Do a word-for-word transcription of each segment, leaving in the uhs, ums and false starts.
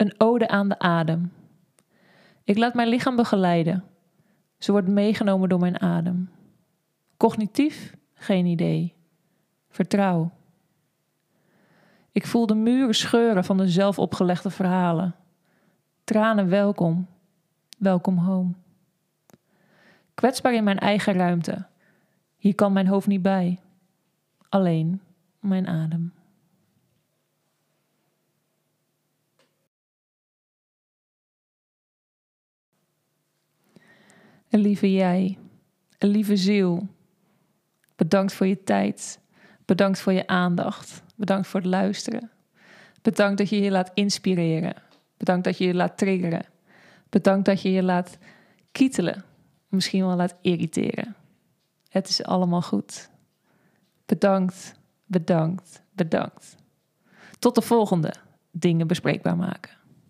Een ode aan de adem. Ik laat mijn lichaam begeleiden. Ze wordt meegenomen door mijn adem. Cognitief? Geen idee. Vertrouw. Ik voel de muren scheuren van de zelf opgelegde verhalen. Tranen welkom. Welkom home. Kwetsbaar in mijn eigen ruimte. Hier kan mijn hoofd niet bij. Alleen mijn adem. Een lieve jij, een lieve ziel. Bedankt voor je tijd. Bedankt voor je aandacht. Bedankt voor het luisteren. Bedankt dat je je laat inspireren. Bedankt dat je je laat triggeren. Bedankt dat je je laat kietelen. Misschien wel laat irriteren. Het is allemaal goed. Bedankt, bedankt, bedankt. Tot de volgende Dingen Bespreekbaar Maken.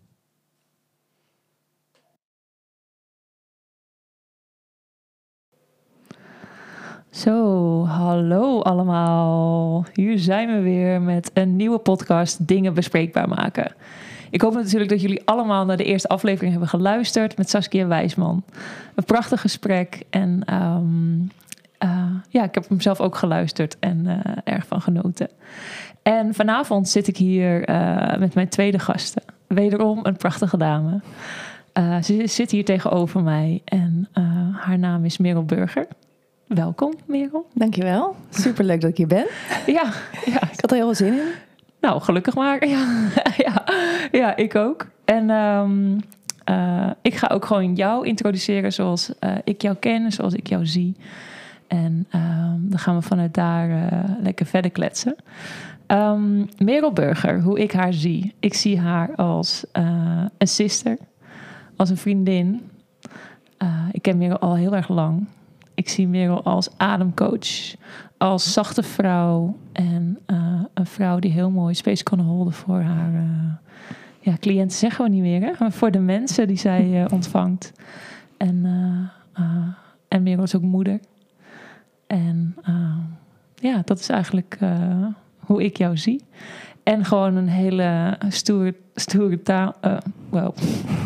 Zo, hallo allemaal. Hier zijn we weer met een nieuwe podcast Dingen Bespreekbaar Maken. Ik hoop natuurlijk dat jullie allemaal naar de eerste aflevering hebben geluisterd met Saskia Wijsman. Een prachtig gesprek en um, uh, ja, ik heb hem zelf ook geluisterd en uh, erg van genoten. En vanavond zit ik hier uh, met mijn tweede gasten. Wederom een prachtige dame. Uh, ze zit hier tegenover mij en uh, haar naam is Merel Burger. Welkom, Merel. Dankjewel. Superleuk dat ik hier ben. Ja, ja. Ik had er heel veel zin in. Nou, gelukkig maar. Ja, ja, ja ik ook. En um, uh, ik ga ook gewoon jou introduceren zoals uh, ik jou ken, zoals ik jou zie. En um, dan gaan we vanuit daar uh, lekker verder kletsen. Um, Merel Burger, hoe ik haar zie. Ik zie haar als uh, een sister, als een vriendin. Uh, ik ken Merel al heel erg lang. Ik zie Merel als ademcoach, als zachte vrouw en uh, een vrouw die heel mooi space kan holden voor haar uh, ja, cliënten, zeggen we niet meer, hè? Maar voor de mensen die zij uh, ontvangt. En, uh, uh, en Merel is ook moeder. En uh, ja, dat is eigenlijk uh, hoe ik jou zie. En gewoon een hele stoere, stoere taal. Uh, wow.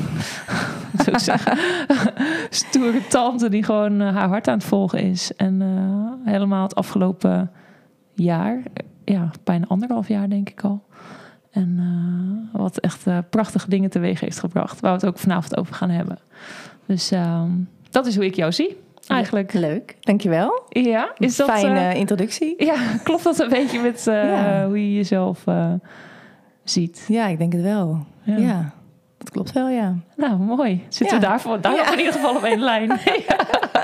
Zou ik zeggen. Stoere tante die gewoon uh, haar hart aan het volgen is. En uh, helemaal het afgelopen jaar, ja, bijna anderhalf jaar denk ik al. En uh, wat echt uh, prachtige dingen teweeg heeft gebracht. Waar we het ook vanavond over gaan hebben. Dus uh, dat is hoe ik jou zie. Eigenlijk. Ja, leuk, dankjewel. Ja, is dat fijne uh, introductie? Ja, klopt dat een beetje met uh, ja. hoe je jezelf uh, ziet? Ja, ik denk het wel. Ja, ja dat klopt wel, ja. Nou, mooi. Zitten ja. we daarvoor, daar ja. in ieder geval op één lijn. ja.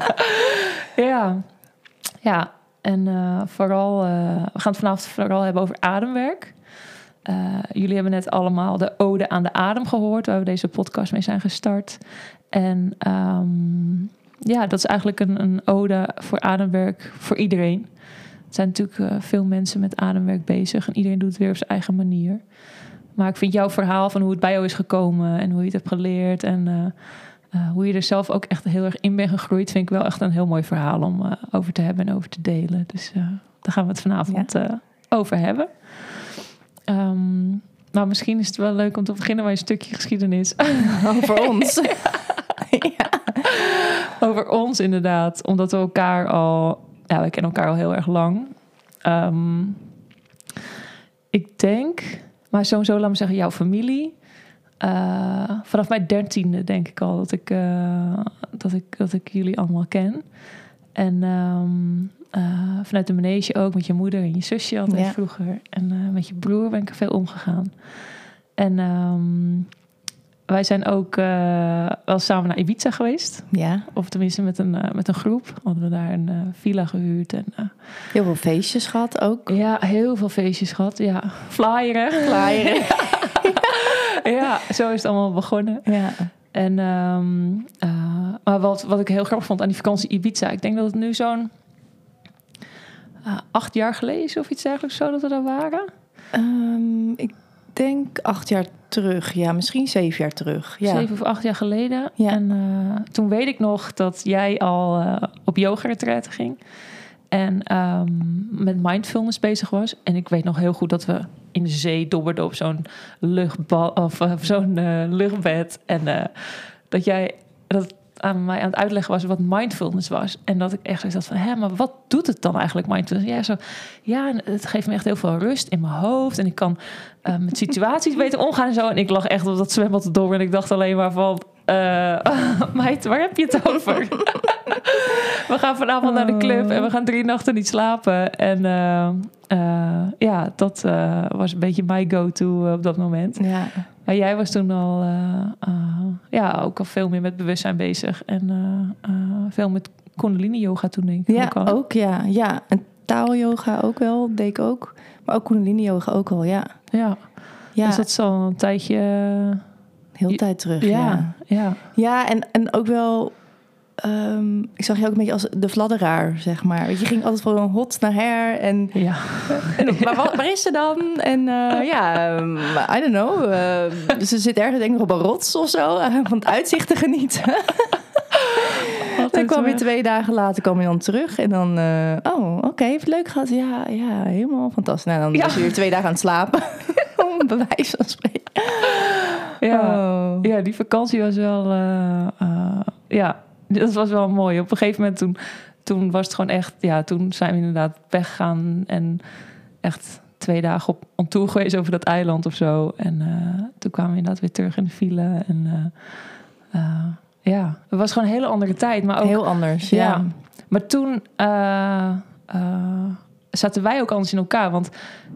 ja, ja. En uh, vooral, uh, we gaan het vanavond vooral hebben over ademwerk. Uh, jullie hebben net allemaal de ode aan de adem gehoord, waar we deze podcast mee zijn gestart. En um, ja, dat is eigenlijk een, een ode voor ademwerk voor iedereen. Er zijn natuurlijk uh, veel mensen met ademwerk bezig en iedereen doet het weer op zijn eigen manier. Maar ik vind jouw verhaal van hoe het bij jou is gekomen en hoe je het hebt geleerd en uh, uh, hoe je er zelf ook echt heel erg in bent gegroeid, vind ik wel echt een heel mooi verhaal om uh, over te hebben en over te delen. Dus uh, daar gaan we het vanavond ja. uh, over hebben. Um, maar misschien is het wel leuk om te beginnen bij een stukje geschiedenis. Over ons. ja. Over ons inderdaad. Omdat we elkaar al... Ja, we kennen elkaar al heel erg lang. Um, ik denk... Maar sowieso, laat me zeggen, jouw familie. Uh, vanaf mijn dertiende denk ik al dat ik, uh, dat ik, dat ik jullie allemaal ken. En um, uh, vanuit de manege ook, met je moeder en je zusje altijd ja. vroeger. En uh, met je broer ben ik er veel omgegaan. En um, wij zijn ook uh, wel samen naar Ibiza geweest. Ja. Of tenminste met een, uh, met een groep. Hadden we daar een uh, villa gehuurd. En, uh, heel veel feestjes gehad ook. Ja, heel veel feestjes gehad. Ja, flyeren. Flyeren. ja. ja, zo is het allemaal begonnen. Ja. En, um, uh, maar wat, wat ik heel grappig vond aan die vakantie Ibiza. Ik denk dat het nu zo'n uh, acht jaar geleden is of iets dergelijks zo dat we daar waren. Um, ik denk acht jaar terug. Ja, misschien zeven jaar terug. Ja. Zeven of acht jaar geleden. Ja. En uh, toen weet ik nog dat jij al uh, op yoga-retraite ging. En um, met mindfulness bezig was. En ik weet nog heel goed dat we in de zee dobberde op zo'n luchtbal of uh, zo'n uh, luchtbed. En uh, dat jij dat aan mij aan het uitleggen was wat mindfulness was. En dat ik echt zo dacht van, hé, maar wat doet het dan eigenlijk, mindfulness? Ja, zo, ja, het geeft me echt heel veel rust in mijn hoofd. En ik kan uh, met situaties beter omgaan en zo. En ik lag echt op dat zwembad te dobber. En ik dacht alleen maar van, uh, meid, waar heb je het over? We gaan vanavond naar de club en we gaan drie nachten niet slapen. En uh, uh, ja, dat uh, was een beetje mijn go-to uh, op dat moment. Ja. Maar jij was toen al, uh, uh, ja, ook al veel meer met bewustzijn bezig. En uh, uh, veel met kundalini yoga toen, denk ik. Ja, ook, al. ook ja. ja. En taal-yoga ook wel, deed ik ook. Maar ook kundalini yoga ook al, ja. Ja, ja. Dus dat is al een tijdje... Heel je, tijd terug, ja. Ja, ja. ja en, en ook wel... Um, ik zag je ook een beetje als de fladderaar, zeg maar. Weet je, ging altijd van hot naar her. En, ja. en maar wat, waar is ze dan? En uh, ja, um, I don't know. Uh, ze zit ergens denk ik nog op een rots of zo. Uh, van het uitzicht te genieten. Dan kwam je twee dagen later kwam je dan terug. En dan, uh, oh, oké, okay, heeft het leuk gehad? Ja, ja, helemaal fantastisch. Nou, dan ja. was je weer twee dagen aan het slapen. Om bewijs van spreken. Ja, oh. ja, die vakantie was wel... Uh, uh, ja, dat was wel mooi. Op een gegeven moment toen, toen was het gewoon echt... Ja, toen zijn we inderdaad weggegaan. En echt twee dagen op on tour geweest over dat eiland of zo. En uh, toen kwamen we inderdaad weer terug in de file. En uh, uh, ja, het was gewoon een hele andere tijd. Maar ook, heel anders, ja. ja. Maar toen uh, uh, zaten wij ook anders in elkaar. Want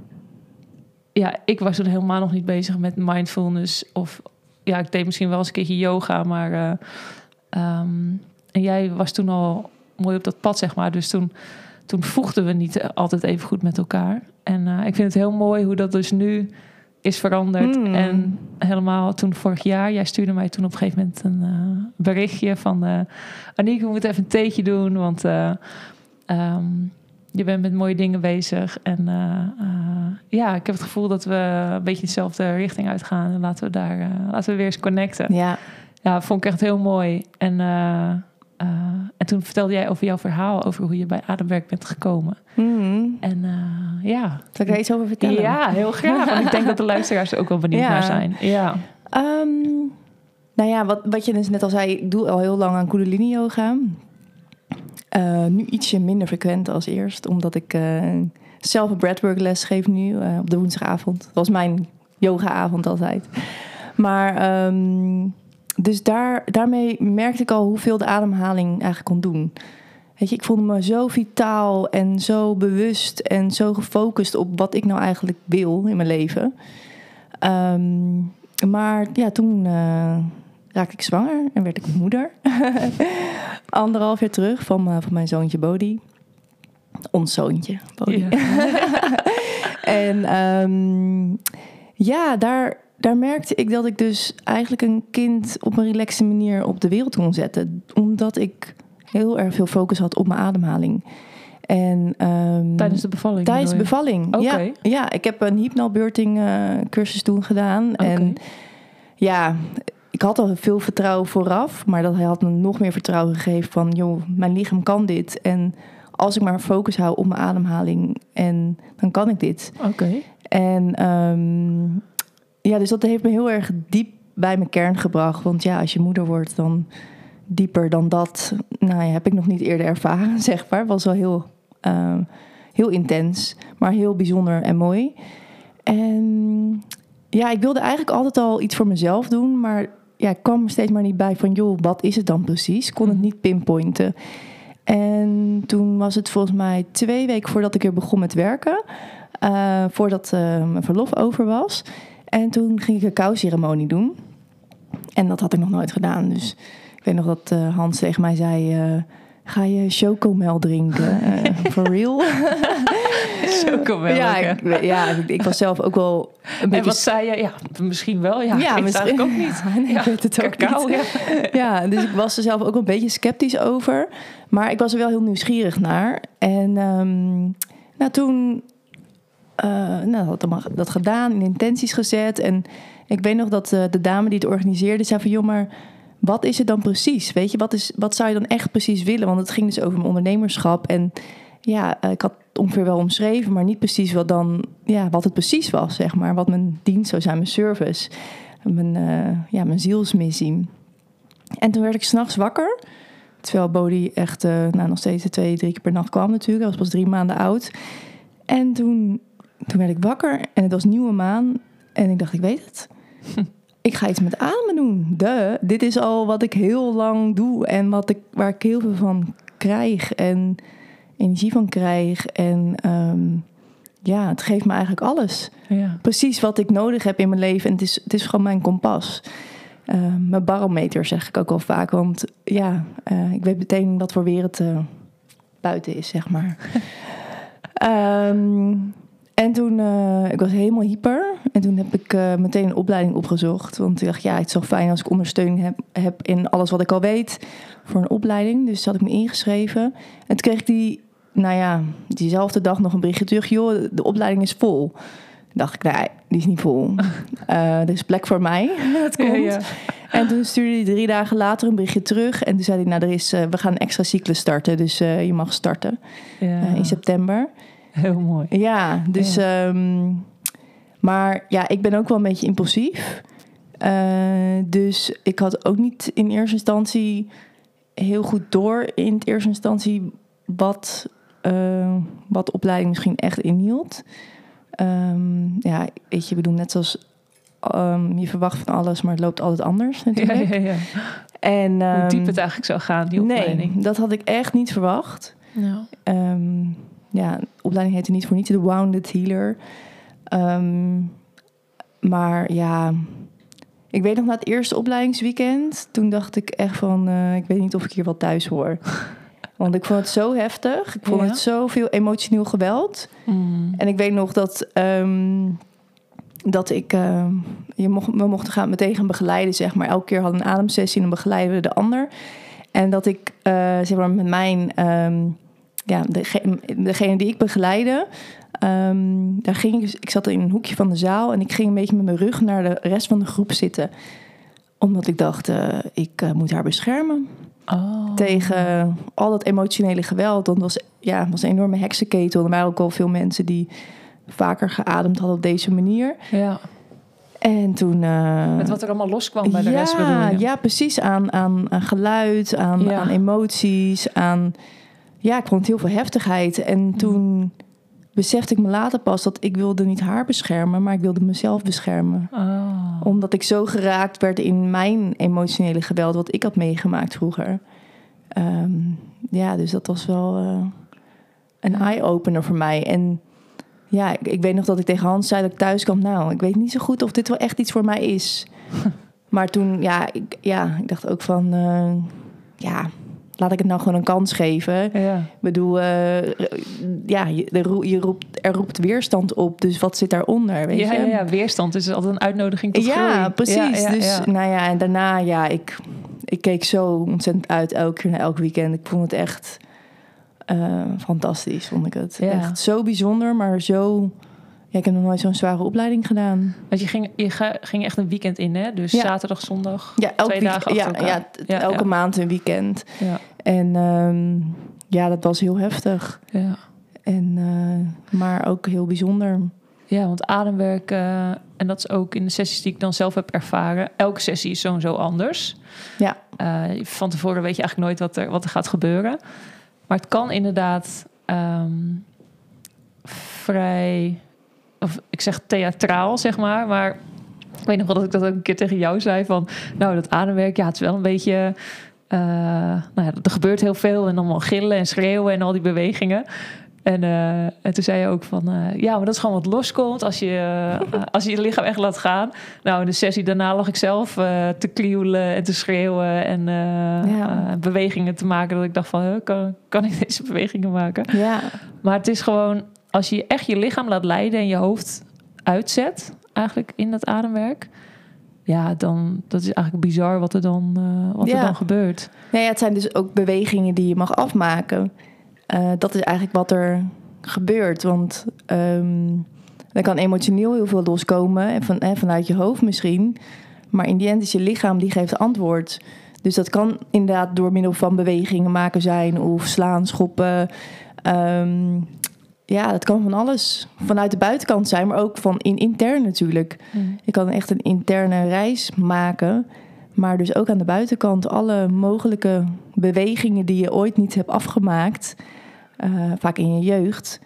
ja, ik was toen helemaal nog niet bezig met mindfulness. Of ja, ik deed misschien wel eens een keertje yoga. Maar uh, um, en jij was toen al mooi op dat pad, zeg maar. Dus toen, toen voegden we niet altijd even goed met elkaar. En uh, ik vind het heel mooi hoe dat dus nu is veranderd. Mm. En helemaal toen vorig jaar, jij stuurde mij toen op een gegeven moment een uh, berichtje van... Uh, Aniek, we moeten even een theetje doen, want uh, um, je bent met mooie dingen bezig. En uh, uh, ja, ik heb het gevoel dat we een beetje dezelfde richting uitgaan. En laten we daar, uh, laten we weer eens connecten. Ja. Ja, vond ik echt heel mooi. En, uh, uh, en toen vertelde jij over jouw verhaal, over hoe je bij Ademwerk bent gekomen. Mm. En uh, ja. Zal ik daar iets over vertellen? Ja, heel graag. Want ik denk dat de luisteraars er ook wel benieuwd ja. naar zijn. Ja. Um, nou ja, wat, wat je dus net al zei, ik doe al heel lang aan kundalini yoga. Uh, nu ietsje minder frequent als eerst, omdat ik uh, zelf een breathwork les geef nu uh, op de woensdagavond. Dat was mijn yogaavond altijd. Maar um, dus daar, daarmee merkte ik al hoeveel de ademhaling eigenlijk kon doen. Weet je, ik voelde me zo vitaal en zo bewust en zo gefocust op wat ik nou eigenlijk wil in mijn leven. Um, maar ja, toen uh, raakte ik zwanger en werd ik moeder. Anderhalf jaar terug van, uh, van mijn zoontje Bodhi. Ons zoontje, Bodhi. Ja. en um, ja, daar... Daar merkte ik dat ik dus eigenlijk een kind op een relaxe manier op de wereld kon zetten. Omdat ik heel erg veel focus had op mijn ademhaling. En, um, tijdens de bevalling? Tijdens de bevalling, okay. ja. Ja, ik heb een hypnobirthing uh, cursus toen gedaan. Okay. En ja, ik had al veel vertrouwen vooraf. Maar dat hij had me nog meer vertrouwen gegeven van... joh, mijn lichaam kan dit. En als ik maar focus hou op mijn ademhaling... en dan kan ik dit. Oké. Okay. En... Um, Ja, dus dat heeft me heel erg diep bij mijn kern gebracht. Want ja, als je moeder wordt, dan dieper dan dat... Nou ja, heb ik nog niet eerder ervaren, zeg maar. Het was wel heel, uh, heel intens, maar heel bijzonder en mooi. En ja, ik wilde eigenlijk altijd al iets voor mezelf doen... maar ja, ik kwam er steeds maar niet bij van... joh, wat is het dan precies? Ik kon het niet pinpointen. En toen was het volgens mij twee weken voordat ik weer begon met werken... Uh, voordat uh, mijn verlof over was... En toen ging ik een cacao-ceremonie doen. En dat had ik nog nooit gedaan. Dus ik weet nog dat uh, Hans tegen mij zei... Uh, ga je chocomel drinken? For uh, real? Chocomel, ja, ik, ja ik, ik was zelf ook wel een beetje... En wat zei je? Ja, misschien wel. Ja, ja ik misschien ook niet. Ja, nee, ja, ik weet het ook cacao, niet. Ja. ja, dus ik was er zelf ook een beetje sceptisch over. Maar ik was er wel heel nieuwsgierig naar. En um, nou, toen... Uh, nou, had allemaal dat gedaan, in intenties gezet. En ik weet nog dat uh, de dame die het organiseerde zei van... joh, maar wat is het dan precies? Weet je, wat, is, wat zou je dan echt precies willen? Want het ging dus over mijn ondernemerschap. En ja, ik had het ongeveer wel omschreven, maar niet precies wat dan, ja, wat het precies was, zeg maar. Wat mijn dienst zou zijn, mijn service, mijn, uh, ja, mijn zielsmissie. En toen werd ik 's nachts wakker, terwijl Bodhi echt, uh, nou, nog steeds twee, drie keer per nacht kwam natuurlijk. Hij was pas drie maanden oud. En toen, toen werd ik wakker en het was nieuwe maan. En ik dacht, ik weet het. Ik ga iets met ademen doen. Duh. Dit is al wat ik heel lang doe en wat ik, waar ik heel veel van krijg en energie van krijg. En um, ja, het geeft me eigenlijk alles. Ja. Precies wat ik nodig heb in mijn leven. En het is, het is gewoon mijn kompas. Uh, mijn barometer zeg ik ook al vaak. Want ja, uh, ik weet meteen wat voor weer het uh, buiten is, zeg maar. um, en toen, uh, ik was helemaal hyper. En toen heb ik uh, meteen een opleiding opgezocht. Want ik dacht, ja, het is toch fijn als ik ondersteuning heb, heb in alles wat ik al weet voor een opleiding. Dus had ik me ingeschreven. En toen kreeg ik die, nou ja, diezelfde dag nog een berichtje terug. Joh, de opleiding is vol. Toen dacht ik, nee, die is niet vol. Uh, er is plek voor mij. Het komt. Ja, ja. En toen stuurde hij drie dagen later een berichtje terug. En toen zei hij, nou, er is, uh, we gaan een extra cyclus starten. Dus uh, je mag starten ja. uh, in september. Heel mooi. Ja, dus... Ja. Um, maar ja, ik ben ook wel een beetje impulsief. Uh, dus ik had ook niet in eerste instantie heel goed door... in het eerste instantie wat, uh, wat de opleiding misschien echt inhield. Um, ja, weet je, ik bedoel, net zoals... Um, je verwacht van alles, maar het loopt altijd anders natuurlijk. Ja, ja, ja. En, um, hoe diep het eigenlijk zou gaan, die opleiding. Nee, dat had ik echt niet verwacht. Ja. Um, ja, de opleiding heette niet voor niets de Wounded Healer. Um, maar ja, ik weet nog na het eerste opleidingsweekend... toen dacht ik echt van, uh, ik weet niet of ik hier wel thuis hoor. Want ik vond het zo heftig. Ik vond ja. het zoveel emotioneel geweld. Mm. En ik weet nog dat... Um, dat ik... Uh, je mocht, we mochten gaan meteen gaan begeleiden, zeg maar. Elke keer hadden een ademsessie en dan begeleiden we de ander. En dat ik, uh, zeg maar, met mijn... Um, ja, degene, degene die ik begeleidde... Um, daar ging ik, ik zat in een hoekje van de zaal... en ik ging een beetje met mijn rug naar de rest van de groep zitten. Omdat ik dacht, uh, ik uh, moet haar beschermen. Oh. Tegen al dat emotionele geweld. Dat was, ja, was een enorme heksenketel. Er waren ook al veel mensen die vaker geademd hadden op deze manier. Ja. En toen... Uh, met wat er allemaal loskwam bij de ja, rest, bedoel je? Ja, precies. Aan, aan, aan geluid, aan, ja. aan emoties, aan... Ja, ik vond heel veel heftigheid. En toen besefte ik me later pas dat ik wilde niet haar beschermen, maar ik wilde mezelf beschermen. Oh. Omdat ik zo geraakt werd in mijn emotionele geweld, wat ik had meegemaakt vroeger. Um, ja, dus dat was wel uh, een eye-opener voor mij. En ja, ik, ik weet nog dat ik tegen Hans zei dat ik thuis kwam. Nou, ik weet niet zo goed of dit wel echt iets voor mij is. Maar toen, ja, ik, ja, ik dacht ook van... Uh, ja... laat ik het nou gewoon een kans geven. Ja. Ik bedoel, uh, ja, je, je roept, er roept weerstand op. Dus wat zit daaronder, weet ja, je? Ja, ja, weerstand is altijd een uitnodiging tot groei. Ja, precies. Ja, ja, dus, ja. nou ja, en daarna, ja, ik, ik keek zo ontzettend uit elke keer naar elk weekend. Ik vond het echt uh, fantastisch, vond ik het. Ja. Echt zo bijzonder, maar zo... Ja, ik heb nog nooit zo'n zware opleiding gedaan. Want je ging, je ga, ging echt een weekend in, hè? Dus ja. zaterdag, zondag, ja, elk twee week, dagen ja, achter elkaar. Ja, t- ja, elke ja. maand een weekend. Ja. En um, ja, dat was heel heftig. Ja. En, uh, maar ook heel bijzonder. Ja, want ademwerk, uh, en dat is ook in de sessies die ik dan zelf heb ervaren. Elke sessie is sowieso anders. Ja. Uh, van tevoren weet je eigenlijk nooit wat er, wat er gaat gebeuren. Maar het kan inderdaad um, vrij... of ik zeg theatraal, zeg maar. Maar ik weet nog wel dat ik dat ook een keer tegen jou zei. Van, nou, dat ademwerk, ja, het is wel een beetje... Uh, nou ja, er gebeurt heel veel. En allemaal gillen en schreeuwen en al die bewegingen. En, uh, en toen zei je ook van... Uh, ja, maar dat is gewoon wat loskomt als je, uh, als je je lichaam echt laat gaan. Nou, in de sessie daarna lag ik zelf uh, te klieuwelen en te schreeuwen. En uh, ja. uh, bewegingen te maken. Dat ik dacht van, huh, kan, kan ik deze bewegingen maken? Ja. Maar het is gewoon... als je echt je lichaam laat leiden en je hoofd uitzet, eigenlijk in dat ademwerk, ja, dan dat is eigenlijk bizar wat er dan, uh, wat ja. er dan gebeurt. Ja, ja, het zijn dus ook bewegingen die je mag afmaken. Uh, dat is eigenlijk wat er gebeurt, want um, er kan emotioneel heel veel loskomen en van, eh, vanuit je hoofd misschien, maar in die end is je lichaam die geeft antwoord. Dus dat kan inderdaad door middel van bewegingen maken zijn of slaan, schoppen. Um, ja, dat kan van alles. Vanuit de buitenkant zijn, maar ook van in intern natuurlijk. Mm. Je kan echt een interne reis maken. Maar dus ook aan de buitenkant alle mogelijke bewegingen die je ooit niet hebt afgemaakt. Uh, vaak in je jeugd.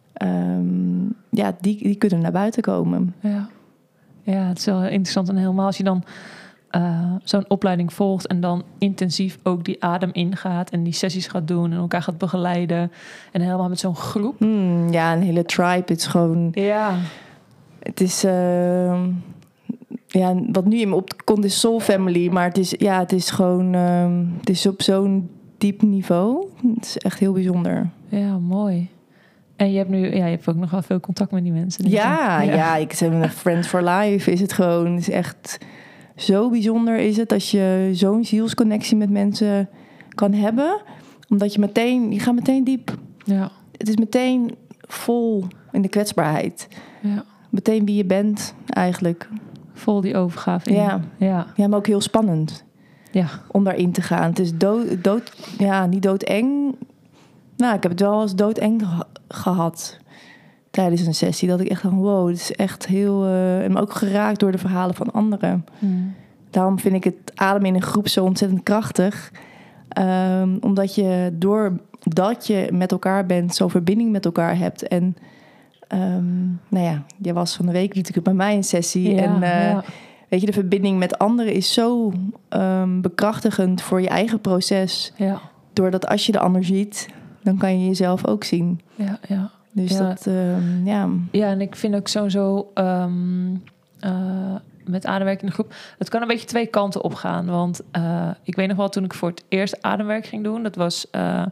Um, ja, die, die kunnen naar buiten komen. Ja. Ja, het is wel interessant. En helemaal als je dan uh, zo'n opleiding volgt en dan intensief ook die adem ingaat en die sessies gaat doen en elkaar gaat begeleiden. En helemaal met zo'n groep. Mm, ja, een hele tribe. Het is gewoon... Ja. Het is... Uh, ja, wat nu in me opkomt is Soul Family. Maar het is, ja, het is gewoon... Uh, het is op zo'n diep niveau. Het is echt heel bijzonder. Ja, mooi. En je hebt nu, ja, je hebt ook nog wel veel contact met die mensen. Ja, ja, ja, ik zeg een Friends for Life is het gewoon. Het is echt zo bijzonder is het als je zo'n zielsconnectie met mensen kan hebben. Omdat je meteen, je gaat meteen diep. Ja. Het is meteen vol in de kwetsbaarheid. Ja. Meteen wie je bent eigenlijk. Vol die overgave in. Ja. Ja. Ja, maar ook heel spannend. Ja. Om daarin te gaan. Het is dood, dood ja, niet doodeng. Nou, ik heb het wel als doodeng ge- gehad tijdens een sessie. Dat ik echt dacht, wow, dit is echt heel... Uh, en ook geraakt door de verhalen van anderen. Hmm. Daarom vind ik het ademen in een groep zo ontzettend krachtig. Um, omdat je doordat je met elkaar bent, zo'n verbinding met elkaar hebt. En um, nou ja, je was van de week natuurlijk bij mij een sessie. Ja, en uh, ja. weet je, de verbinding met anderen is zo um, bekrachtigend voor je eigen proces. Ja. Doordat als je de ander ziet, dan kan je jezelf ook zien. Ja, ja. Dus ja. dat, um, ja. Ja, en ik vind ook sowieso um, uh, met ademwerk in de groep, het kan een beetje twee kanten opgaan. Want uh, ik weet nog wel, toen ik voor het eerst ademwerk ging doen, dat was uh,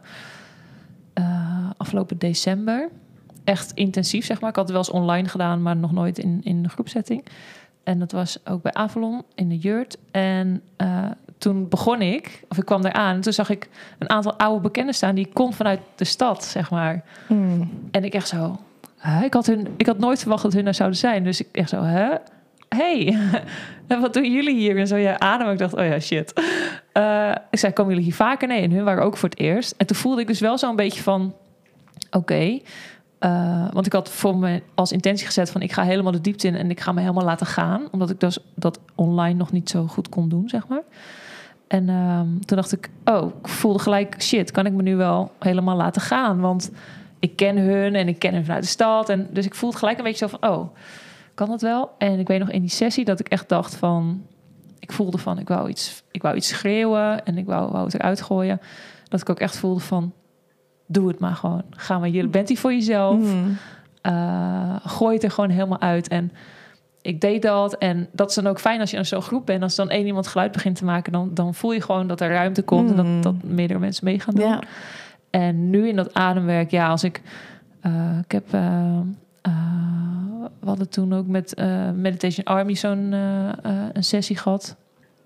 uh, afgelopen december. Echt intensief, zeg maar. Ik had het wel eens online gedaan, maar nog nooit in, in een groepsetting. En dat was ook bij Avalon in de Jurt. En uh, toen begon ik, of ik kwam daar aan, en toen zag ik een aantal oude bekenden staan die kon vanuit de stad, zeg maar. Mm. En ik echt zo, huh? ik, had hun, ik had nooit verwacht dat hun daar zouden zijn. Dus ik echt zo, hè? Hey, wat doen jullie hier? En zo, ja, adem. Ik dacht, oh ja, shit. Uh, ik zei, komen jullie hier vaker? Nee, en hun waren ook voor het eerst. En toen voelde ik dus wel zo'n beetje van, oké. Okay, uh, want ik had voor me als intentie gezet van, ik ga helemaal de diepte in en ik ga me helemaal laten gaan. Omdat ik dus dat online nog niet zo goed kon doen, zeg maar. En uh, toen dacht ik, oh, ik voelde gelijk, shit, kan ik me nu wel helemaal laten gaan? Want ik ken hun en ik ken hun vanuit de stad. En dus ik voelde gelijk een beetje zo van, oh, kan dat wel? En ik weet nog in die sessie dat ik echt dacht van, ik voelde van, ik wou iets, ik wou iets schreeuwen en ik wou, wou het eruit gooien. Dat ik ook echt voelde van, doe het maar gewoon. Ga maar, je bent hier voor jezelf. Mm. Uh, gooi het er gewoon helemaal uit. En ik deed dat. En dat is dan ook fijn als je in zo'n groep bent. Als dan één iemand geluid begint te maken, dan, dan voel je gewoon dat er ruimte komt. Mm. En dat, dat meerdere mensen mee gaan doen. Ja. En nu in dat ademwerk, ja, als ik... Uh, ik heb... Uh, uh, we hadden toen ook met uh, Meditation Army zo'n uh, uh, een sessie gehad.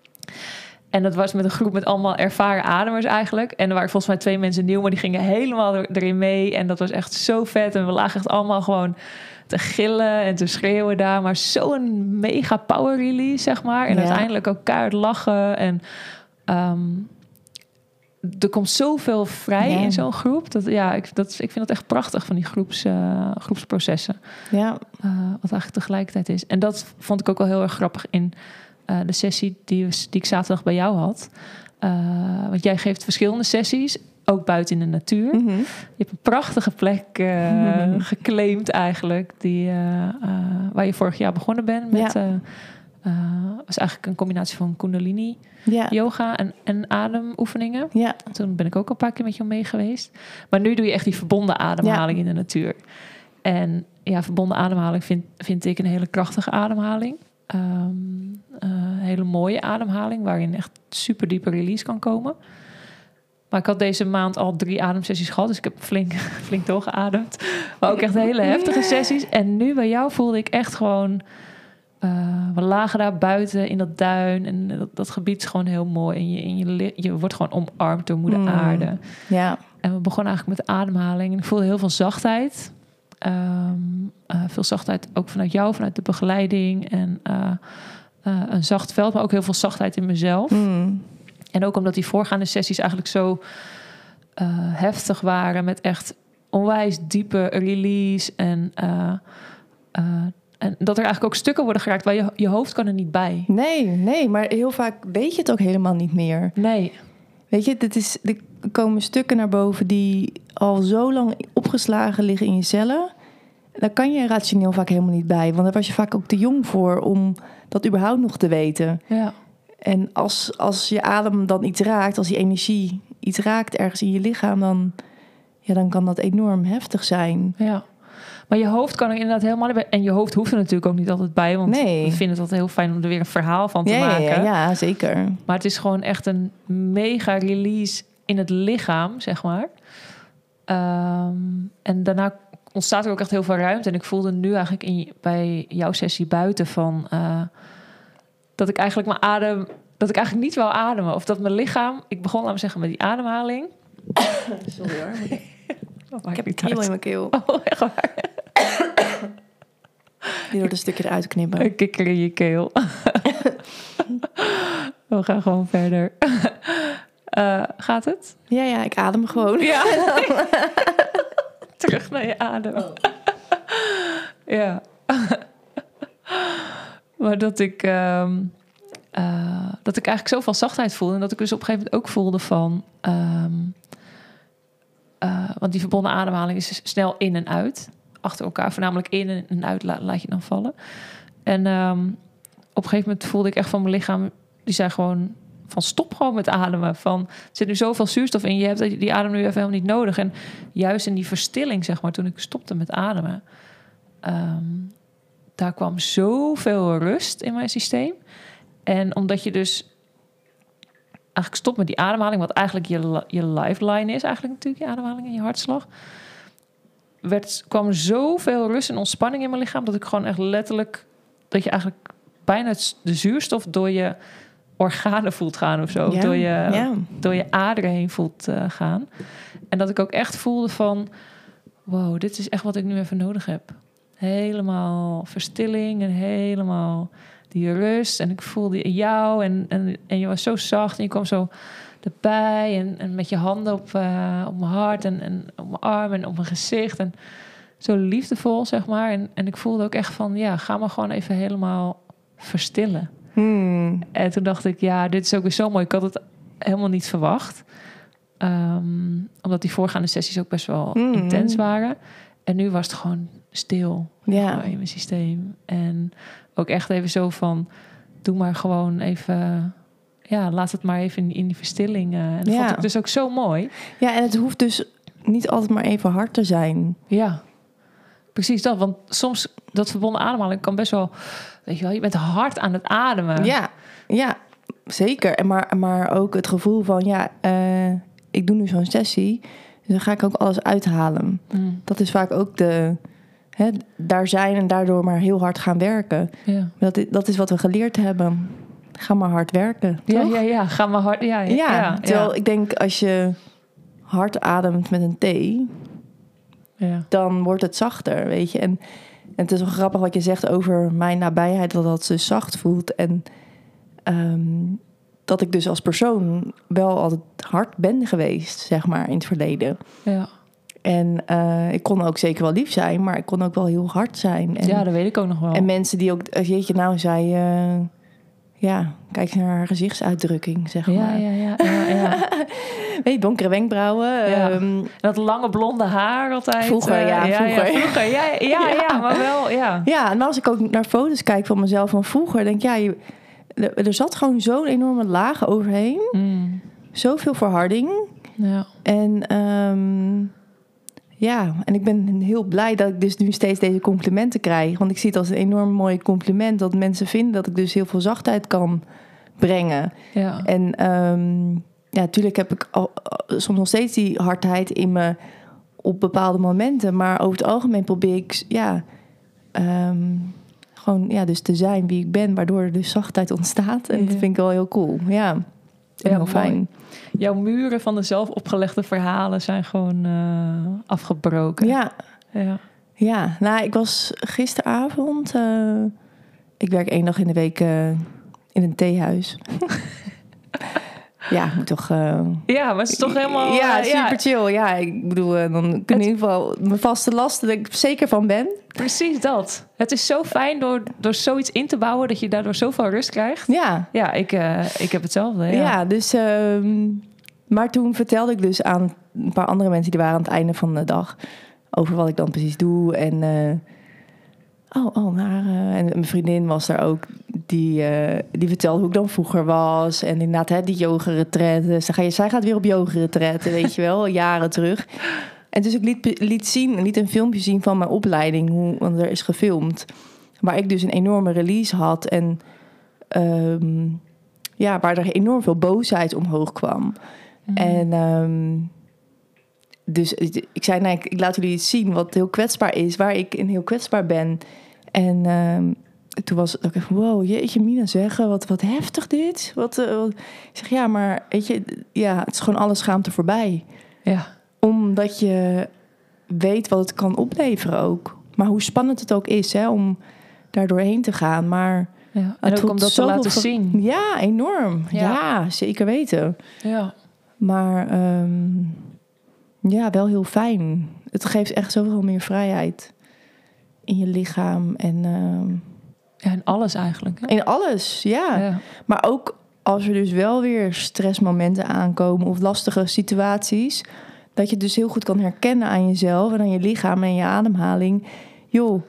En dat was met een groep met allemaal ervaren ademers eigenlijk. En er waren volgens mij twee mensen nieuw, maar die gingen helemaal er, erin mee. En dat was echt zo vet. En we lagen echt allemaal gewoon te gillen en te schreeuwen daar. Maar zo'n mega power release, zeg maar. En ja. uiteindelijk ook keihard lachen. En um, er komt zoveel vrij ja. in zo'n groep. Dat, ja, ik, dat, ik vind dat echt prachtig van die groeps, uh, groepsprocessen. Ja. Uh, wat eigenlijk tegelijkertijd is. En dat vond ik ook wel heel erg grappig in uh, de sessie die, die ik zaterdag bij jou had. Uh, want jij geeft verschillende sessies, ook buiten in de natuur. Mm-hmm. Je hebt een prachtige plek uh, mm-hmm. geclaimd eigenlijk, die, uh, uh, waar je vorig jaar begonnen bent met... Ja. Uh, Uh, was eigenlijk een combinatie van kundalini, ja. yoga en, en ademoefeningen. Ja. Toen ben ik ook al een paar keer met jou mee geweest. Maar nu doe je echt die verbonden ademhaling ja. in de natuur. En ja, verbonden ademhaling vind, vind ik een hele krachtige ademhaling. Um, uh, hele mooie ademhaling, waarin echt super diepe release kan komen. Maar ik had deze maand al drie ademsessies gehad, dus ik heb flink, flink doorgeademd. Maar ook echt hele heftige sessies. En nu bij jou voelde ik echt gewoon... Uh, we lagen daar buiten in dat duin en dat, dat gebied is gewoon heel mooi. En je, en je, je wordt gewoon omarmd door moeder mm. aarde. Ja. En we begonnen eigenlijk met de ademhaling. En ik voelde heel veel zachtheid. Um, uh, veel zachtheid ook vanuit jou, vanuit de begeleiding. En uh, uh, een zacht veld, maar ook heel veel zachtheid in mezelf. Mm. En ook omdat die voorgaande sessies eigenlijk zo uh, heftig waren met echt onwijs diepe release. En, uh, uh, en dat er eigenlijk ook stukken worden geraakt waar je, je hoofd kan er niet bij. Nee, nee, maar heel vaak weet je het ook helemaal niet meer. Nee. Weet je, dit is, er komen stukken naar boven die al zo lang opgeslagen liggen in je cellen. Daar kan je rationeel vaak helemaal niet bij. Want daar was je vaak ook te jong voor om dat überhaupt nog te weten. Ja. En als, als je adem dan iets raakt, als die energie iets raakt ergens in je lichaam, dan, ja, dan kan dat enorm heftig zijn. Ja. Maar je hoofd kan er inderdaad helemaal niet bij. En je hoofd hoeft er natuurlijk ook niet altijd bij. Want nee. we vinden het altijd heel fijn om er weer een verhaal van te ja, maken. Ja, ja, zeker. Maar het is gewoon echt een mega release in het lichaam, zeg maar. Um, en daarna ontstaat er ook echt heel veel ruimte. En ik voelde nu eigenlijk in, bij jouw sessie buiten van... Uh, dat ik eigenlijk mijn adem... dat ik eigenlijk niet wou ademen. Of dat mijn lichaam... Ik begon, laten we zeggen, met die ademhaling. Sorry hoor. Oh, ik heb een kriebel in mijn keel. Oh, echt waar? Die door een stukje eruit knippen. Een kikker in je keel. We gaan gewoon verder. Uh, gaat het? Ja, ja, ik adem gewoon. Ja. Terug naar je adem. Oh. Ja. Maar dat ik... Um, uh, dat ik eigenlijk zoveel zachtheid voelde. En dat ik dus op een gegeven moment ook voelde van... Um, uh, want die verbonden ademhaling is snel in en uit. Achter elkaar. Voornamelijk in en uit laat, laat je dan vallen. En um, op een gegeven moment voelde ik echt van mijn lichaam... Die zei gewoon... van stop gewoon met ademen. Van, er zit nu zoveel zuurstof in. Je hebt die adem nu even helemaal niet nodig. En juist in die verstilling, zeg maar, toen ik stopte met ademen... Um, daar kwam zoveel rust in mijn systeem. En omdat je dus eigenlijk stopt met die ademhaling... wat eigenlijk je, je lifeline is, eigenlijk natuurlijk je ademhaling en je hartslag... Werd, kwam zoveel rust en ontspanning in mijn lichaam... dat ik gewoon echt letterlijk... dat je eigenlijk bijna de zuurstof door je... organen voelt gaan of zo. Ja, door, je, ja. door je aderen heen voelt uh, gaan. En dat ik ook echt voelde van... wow, dit is echt wat ik nu even nodig heb. Helemaal verstilling en helemaal die rust. En ik voelde jou en, en, en je was zo zacht. En je kwam zo erbij en, en met je handen op, uh, op mijn hart... En, en op mijn arm en op mijn gezicht. En zo liefdevol, zeg maar. En, en ik voelde ook echt van... ja, ga maar gewoon even helemaal verstillen. Hmm. En toen dacht ik, ja, dit is ook weer zo mooi. Ik had het helemaal niet verwacht. Um, omdat die voorgaande sessies ook best wel hmm. intens waren. En nu was het gewoon stil ja. in mijn systeem. En ook echt even zo van... doe maar gewoon even... ja, laat het maar even in, in die verstilling. Uh, en dat ja. vond ik dus ook zo mooi. Ja, en het hoeft dus niet altijd maar even hard te zijn. Ja, precies dat. Want soms, dat verbonden ademhaling kan best wel... weet je wel, je bent hard aan het ademen. Ja, ja, zeker. En maar, maar ook het gevoel van... ja, uh, ik doe nu zo'n sessie... dus dan ga ik ook alles uithalen. Mm. Dat is vaak ook de... Hè, daar zijn en daardoor maar heel hard gaan werken. Ja. Dat, is, dat is wat we geleerd hebben. Ga maar hard werken, ja, toch? Ja, ja, ga maar hard... Ja, ja, ja, ja terwijl ja. ik denk als je hard ademt met een T... Ja. dan wordt het zachter, weet je. En, en het is wel grappig wat je zegt over mijn nabijheid... dat dat ze zacht voelt. En um, dat ik dus als persoon wel altijd hard ben geweest, zeg maar, in het verleden. Ja. En uh, ik kon ook zeker wel lief zijn, maar ik kon ook wel heel hard zijn. En, ja, dat weet ik ook nog wel. En mensen die ook, jeetje, nou zei... Uh, ja, kijk naar haar gezichtsuitdrukking, zeg ja, maar. Ja, ja, ja. ja. Weet je, donkere wenkbrauwen. Ja. Um, en dat lange blonde haar altijd. Vroeger, uh, ja, ja, vroeger. Ja, vroeger. Ja, ja, ja, ja, maar wel, ja. Ja, en als ik ook naar foto's kijk van mezelf van vroeger... denk ik, ja, je, er zat gewoon zo'n enorme laag overheen. Mm. Zoveel verharding. Ja. En... Um, ja, en ik ben heel blij dat ik dus nu steeds deze complimenten krijg. Want ik zie het als een enorm mooi compliment... dat mensen vinden dat ik dus heel veel zachtheid kan brengen. Ja. En um, ja, natuurlijk heb ik al, soms nog steeds die hardheid in me... op bepaalde momenten. Maar over het algemeen probeer ik... ja, um, gewoon ja, dus te zijn wie ik ben... waardoor er dus zachtheid ontstaat. En ja. dat vind ik wel heel cool. Ja, en ja, heel fijn. Mooi. Jouw muren van de zelf opgelegde verhalen zijn gewoon uh, afgebroken. Ja. ja. Ja, nou, ik was gisteravond... Uh, ik werk één dag in de week uh, in een theehuis. Ja, moet toch... Uh... Ja, maar het is toch helemaal... Ja, uh, super ja. chill. Ja, ik bedoel, uh, dan kun je in ieder geval mijn vaste lasten... dat ik zeker van ben. Precies dat. Het is zo fijn door, door zoiets in te bouwen... dat je daardoor zoveel rust krijgt. Ja. Ja, ik, uh, ik heb hetzelfde. Ja, ja dus... Uh, maar toen vertelde ik dus aan een paar andere mensen... die waren aan het einde van de dag... over wat ik dan precies doe. En... Uh, Oh, oh, maar... Uh, en mijn vriendin was daar ook... Die, uh, die vertelde hoe ik dan vroeger was. En inderdaad, hè, die yoga-retretten. Zij, ga zij gaat weer op yoga-retretten, weet je wel. Jaren terug. En dus ik liet, liet zien, liet een filmpje zien van mijn opleiding. Hoe, want er is gefilmd. Waar ik dus een enorme release had. En um, ja, waar er enorm veel boosheid omhoog kwam. Mm. En... Um, Dus ik zei, nee, ik laat jullie iets zien wat heel kwetsbaar is. Waar ik in heel kwetsbaar ben. En um, toen was ik even, wow, jeetje Mina zeggen. Wat, wat heftig dit. Wat, uh, wat. Ik zeg, ja, maar weet je, ja, het is gewoon alle schaamte voorbij. Ja. Omdat je weet wat het kan opleveren ook. Maar hoe spannend het ook is, hè, om daar doorheen te gaan. Maar ja. En ook om dat te laten ver... zien. Ja, enorm. Ja, ja zeker weten. Ja. Maar... Um, Ja, wel heel fijn. Het geeft echt zoveel meer vrijheid in je lichaam en uh, ja, in alles eigenlijk. Hè? In alles, ja. ja. Maar ook als er dus wel weer stressmomenten aankomen of lastige situaties, dat je het dus heel goed kan herkennen aan jezelf en aan je lichaam en je ademhaling. Joh,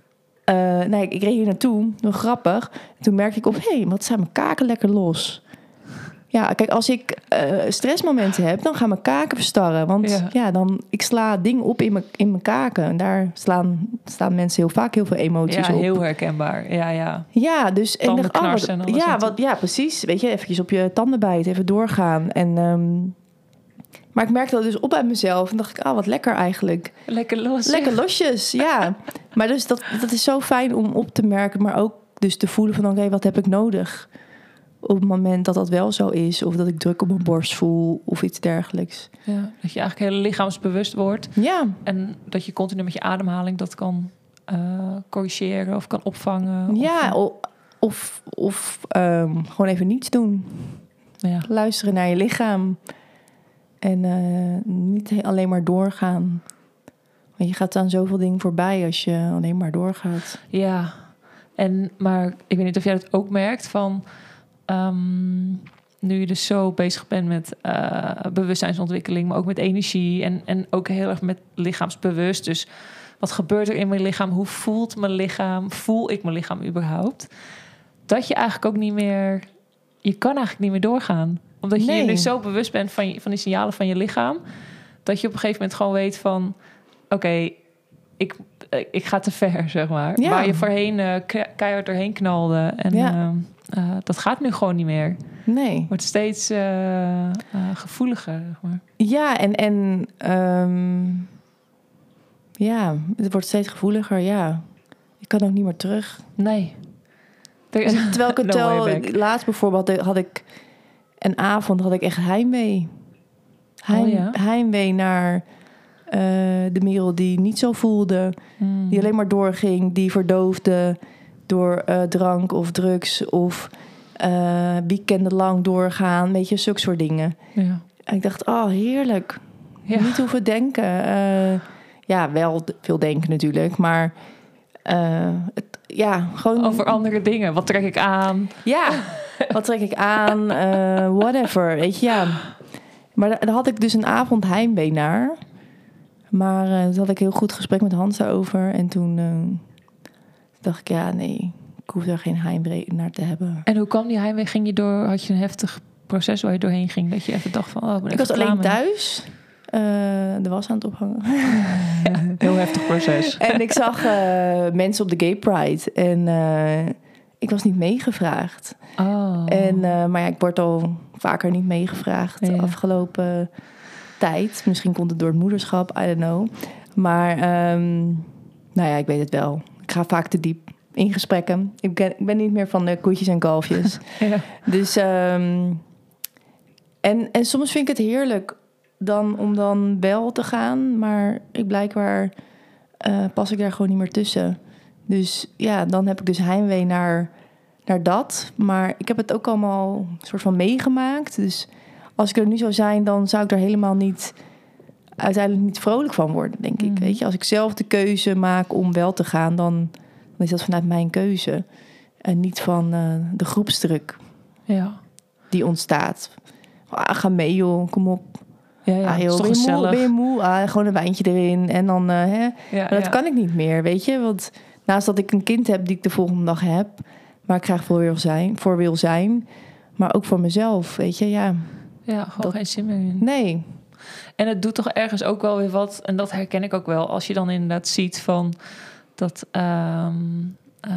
uh, nee, ik reed hier naartoe, nog grappig. En toen merkte ik op, hé, hey, wat zijn mijn kaken lekker los. Ja, kijk, als ik uh, stressmomenten heb, dan gaan mijn kaken verstarren. Want ja, ja dan, ik sla dingen op in mijn, in mijn kaken. En daar slaan, slaan mensen heel vaak heel veel emoties ja, op. Ja, heel herkenbaar. Ja, ja. Ja, dus... Tanden en dacht, knarsen oh, en alles. Ja, wat, ja, precies. Weet je, eventjes op je tanden bijten, even doorgaan. En, um, maar ik merkte dat dus op bij mezelf. En dacht ik, ah, oh, wat lekker eigenlijk. Lekker los. Lekker losjes, ja. Maar dus dat, dat is zo fijn om op te merken. Maar ook dus te voelen van, oké, okay, wat heb ik nodig? Op het moment dat dat wel zo is. Of dat ik druk op mijn borst voel. Of iets dergelijks. Ja, dat je eigenlijk heel lichaamsbewust wordt. Ja. En dat je continu met je ademhaling dat kan uh, corrigeren. Of kan opvangen. Ja, of, of, of um, gewoon even niets doen. Ja. Luisteren naar je lichaam. En uh, niet alleen maar doorgaan. Want je gaat aan zoveel dingen voorbij als je alleen maar doorgaat. Ja, en, maar ik weet niet of jij dat ook merkt van... Um, nu je dus zo bezig bent met uh, bewustzijnsontwikkeling, maar ook met energie en, en ook heel erg met lichaamsbewust. Dus wat gebeurt er in mijn lichaam? Hoe voelt mijn lichaam? Voel ik mijn lichaam überhaupt? Dat je eigenlijk ook niet meer... Je kan eigenlijk niet meer doorgaan. Omdat je nee. je nu zo bewust bent van, je, van die signalen van je lichaam, dat je op een gegeven moment gewoon weet van... Oké, okay, ik, ik ga te ver, zeg maar. Ja. Waar je voorheen uh, keihard doorheen knalde. En ja. uh, uh, dat gaat nu gewoon niet meer. Nee. Wordt steeds uh, uh, gevoeliger, zeg maar. Ja, en... en um, ja, het wordt steeds gevoeliger, ja. Ik kan ook niet meer terug. Nee. En terwijl ik het no tel... Laatst bijvoorbeeld had ik... Een avond had ik echt heimwee. Heim, oh, ja? Heimwee naar uh, de Merel die niet zo voelde. Mm. Die alleen maar doorging. Die verdoofde door uh, drank of drugs. Of uh, weekenden lang doorgaan. Weet je, zulke soort dingen. Ja. En ik dacht, oh, heerlijk. Ja. Niet hoeven denken. Uh, ja, wel veel denken natuurlijk. Maar uh, het, ja, gewoon... Over andere dingen. Wat trek ik aan? Ja, wat trek ik aan? Uh, whatever, weet je, ja. Maar daar had ik dus een avond heimwee naar. Maar uh, daar had ik een heel goed gesprek met Hans over. En toen uh, dacht ik, ja, nee, ik hoef daar geen heimwee naar te hebben. En hoe kwam die heimwee? Ging je door, had je een heftig proces waar je doorheen ging? Dat je even dacht van, oh, ik ben Ik was alleen met... thuis. Uh, de was aan het ophangen. Heel heftig proces. En ik zag uh, mensen op de Gay Pride. En uh, ik was niet meegevraagd. Oh. En, uh, maar ja, ik word al vaker niet meegevraagd de ja. afgelopen tijd. Misschien komt het door het moederschap, I don't know. Maar um, nou ja, ik weet het wel. Ik ga vaak te diep in gesprekken. Ik ben, ik ben niet meer van de koetjes en kalfjes. Ja. Dus um, en, en soms vind ik het heerlijk dan om dan wel te gaan. Maar ik blijkbaar uh, pas ik daar gewoon niet meer tussen. Dus ja, dan heb ik dus heimwee naar, naar dat. Maar ik heb het ook allemaal een soort van meegemaakt. Dus als ik er nu zou zijn, dan zou ik er helemaal niet uiteindelijk niet vrolijk van worden, denk ik. Mm. Weet je, als ik zelf de keuze maak om wel te gaan, dan, dan is dat vanuit mijn keuze en niet van uh, de groepsdruk Ja. die ontstaat. Ah, ga mee, joh, kom op. Ja, ja. Ah, joh, Is toch ben, je moe, gezellig. ben je moe? Ah, gewoon een wijntje erin en dan, uh, hè. Ja, Maar dat ja. kan ik niet meer, weet je, want naast dat ik een kind heb die ik de volgende dag heb, waar ik graag voor wil zijn, voor wil zijn, maar ook voor mezelf, weet je, ja. Ja, gewoon Dat- geen zin meer in. Nee. En het doet toch ergens ook wel weer wat, en dat herken ik ook wel, als je dan inderdaad ziet van dat, ehm, uh,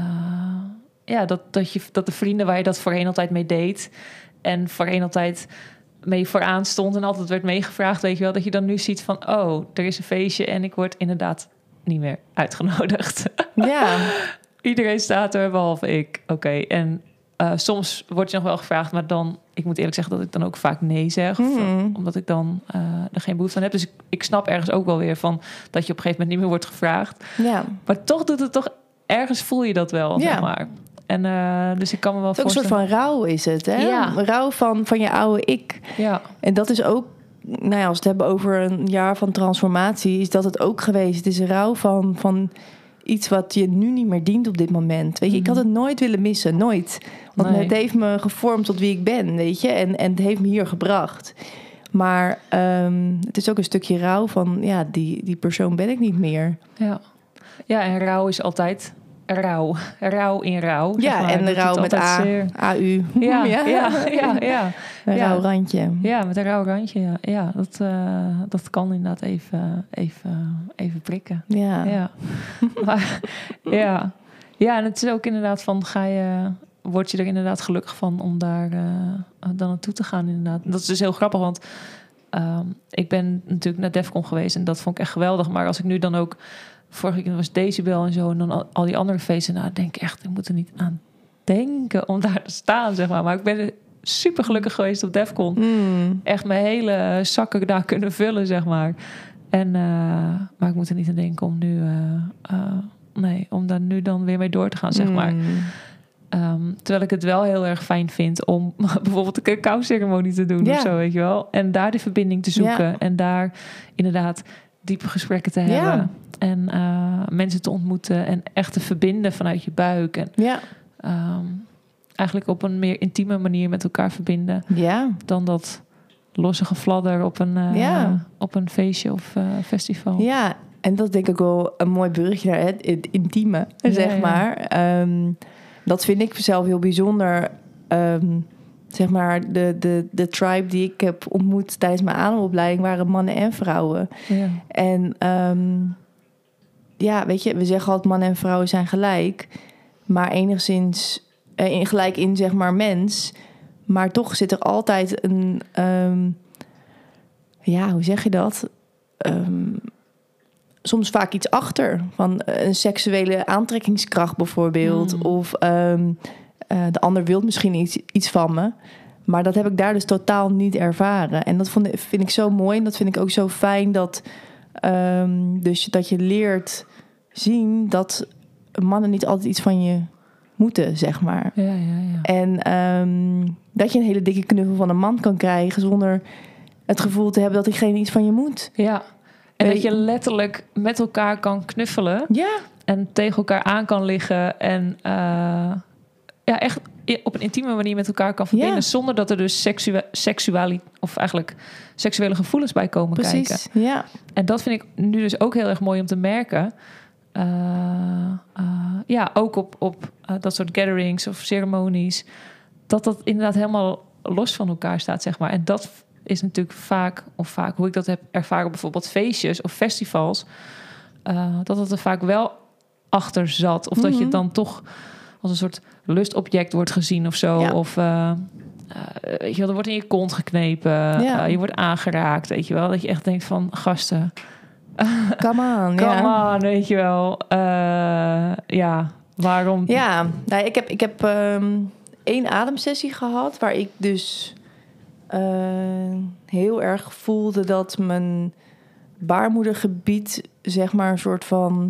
ja, dat, dat, je, dat de vrienden waar je dat voorheen altijd mee deed en voorheen altijd mee vooraan stond en altijd werd meegevraagd, weet je wel, dat je dan nu ziet van, oh, er is een feestje en ik word inderdaad niet meer uitgenodigd. Ja. Iedereen staat er, behalve ik. Oké, okay. En uh, soms word je nog wel gevraagd, maar dan, ik moet eerlijk zeggen dat ik dan ook vaak nee zeg. Of, Mm. omdat ik dan uh, er geen behoefte aan heb. Dus ik, ik snap ergens ook wel weer van dat je op een gegeven moment niet meer wordt gevraagd. Ja. Maar toch doet het toch, ergens voel je dat wel, Ja. zeg maar. En uh, dus ik kan me wel Het is ook een voorstellen. soort van rouw is het, hè? Ja. Rouw van, van je oude ik. Ja, En dat is ook, nou ja, als we het hebben over een jaar van transformatie, is dat het ook geweest. Het is rouw van, van iets wat je nu niet meer dient op dit moment. Weet je, ik had het nooit willen missen, nooit. Want Nee. het heeft me gevormd tot wie ik ben, weet je. En, en het heeft me hier gebracht. Maar um, het is ook een stukje rouw van, ja, die, die persoon ben ik niet meer. ja. Ja, en rouw is altijd rouw. Rouw in rouw. zeg Ja, maar. en de Dat rouw doet met altijd A, zeer. A U. Ja, ja, ja, ja. ja. Een Ja. rauw randje. Ja, met een rauw randje. Ja, ja dat, uh, dat kan inderdaad even, even, even prikken. Ja. Ja. maar, ja. ja, en het is ook inderdaad van, ga je, word je er inderdaad gelukkig van om daar uh, dan naartoe te gaan inderdaad. Dat is dus heel grappig, want um, ik ben natuurlijk naar Defcon geweest en dat vond ik echt geweldig. Maar als ik nu dan ook, vorige week was Decibel en zo, en dan al, al die andere feesten, nou denk ik echt, ik moet er niet aan denken om daar te staan, zeg maar. Maar ik ben er super gelukkig geweest op Defcon. Mm. Echt mijn hele zakken daar kunnen vullen, zeg maar. En, uh, maar ik moet er niet aan denken om nu, uh, uh, nee, om daar nu dan weer mee door te gaan, zeg maar. Mm. Um, terwijl ik het wel heel erg fijn vind om bijvoorbeeld een cacao-ceremonie te doen Ja. of zo, weet je wel. En daar de verbinding te zoeken Ja. en daar inderdaad diepe gesprekken te Ja. hebben. En uh, mensen te ontmoeten en echt te verbinden vanuit je buik. En Ja. um, eigenlijk op een meer intieme manier met elkaar verbinden Ja. dan dat losse gefladder op een, uh, Ja. op een feestje of uh, festival. Ja, en dat is denk ik wel een mooi brugje naar het, het intieme, Ja, zeg ja. maar. Um, dat vind ik zelf heel bijzonder. Um, zeg maar, de, de, de tribe die ik heb ontmoet tijdens mijn ademopleiding waren mannen en vrouwen. Ja. En um, ja, weet je, we zeggen altijd mannen en vrouwen zijn gelijk. Maar enigszins uh, in, gelijk in, zeg maar, mens. Maar toch zit er altijd een... Um, ja, hoe zeg je dat? Um, soms vaak iets achter. Van een seksuele aantrekkingskracht bijvoorbeeld. Mm. Of um, uh, de ander wil misschien iets, iets van me. Maar dat heb ik daar dus totaal niet ervaren. En dat vond, vind ik zo mooi. En dat vind ik ook zo fijn dat, um, dus dat je leert zien dat mannen niet altijd iets van je moeten, zeg maar. Ja, ja, ja. En um, dat je een hele dikke knuffel van een man kan krijgen zonder het gevoel te hebben dat diegene iets van je moet. Ja. En Weet dat je letterlijk met elkaar kan knuffelen. Ja. En tegen elkaar aan kan liggen. En uh, ja, echt op een intieme manier met elkaar kan verbinden. Ja. Zonder dat er dus seksuele, seksuali, of eigenlijk seksuele gevoelens bij komen Precies, kijken. ja. En dat vind ik nu dus ook heel erg mooi om te merken. Uh, uh, ja, ook op, op uh, dat soort gatherings of ceremonies. Dat dat inderdaad helemaal los van elkaar staat, zeg maar. En dat is natuurlijk vaak, of vaak hoe ik dat heb ervaren op bijvoorbeeld feestjes of festivals. Uh, dat het er vaak wel achter zat. Of mm-hmm. dat je dan toch als een soort lustobject wordt gezien of zo. Ja. Of uh, uh, weet je wel, er wordt in je kont geknepen. Ja. Uh, je wordt aangeraakt, weet je wel. Dat je echt denkt van, gasten... Come on, Come ja. on, weet je wel. Uh, ja, waarom? Ja, nou, ik heb, ik heb um, één ademsessie gehad... waar ik dus uh, heel erg voelde dat mijn baarmoedergebied... zeg maar een soort van...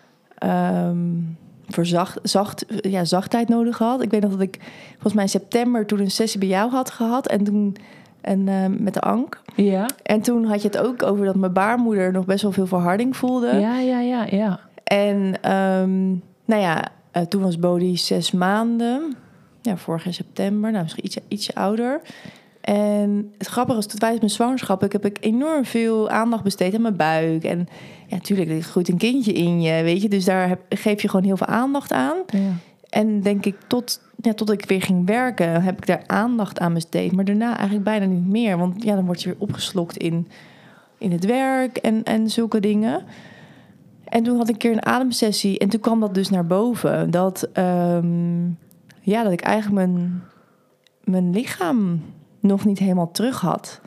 Um, verzacht, zacht, ja, zachtheid nodig had. Ik weet nog dat ik volgens mij in september toen een sessie bij jou had gehad. En toen En uh, met de ank. Ja. En toen had je het ook over dat mijn baarmoeder nog best wel veel verharding voelde. Ja, ja, ja, ja. En um, nou ja, uh, toen was Bodhi zes maanden. Ja, vorig jaar september. Nou, misschien ietsje, ietsje ouder. En het grappige is, tijdens mijn zwangerschap ik heb ik enorm veel aandacht besteed aan mijn buik. En ja, natuurlijk, er groeit een kindje in je, weet je. Dus daar heb, geef je gewoon heel veel aandacht aan. Ja. En denk ik, tot, ja, tot ik weer ging werken, heb ik daar aandacht aan besteed. Maar daarna eigenlijk bijna niet meer. Want ja, dan word je weer opgeslokt in, in het werk en, en zulke dingen. En toen had ik een keer een ademsessie. En toen kwam dat dus naar boven. Dat, um, ja, dat ik eigenlijk mijn, mijn lichaam nog niet helemaal terug had.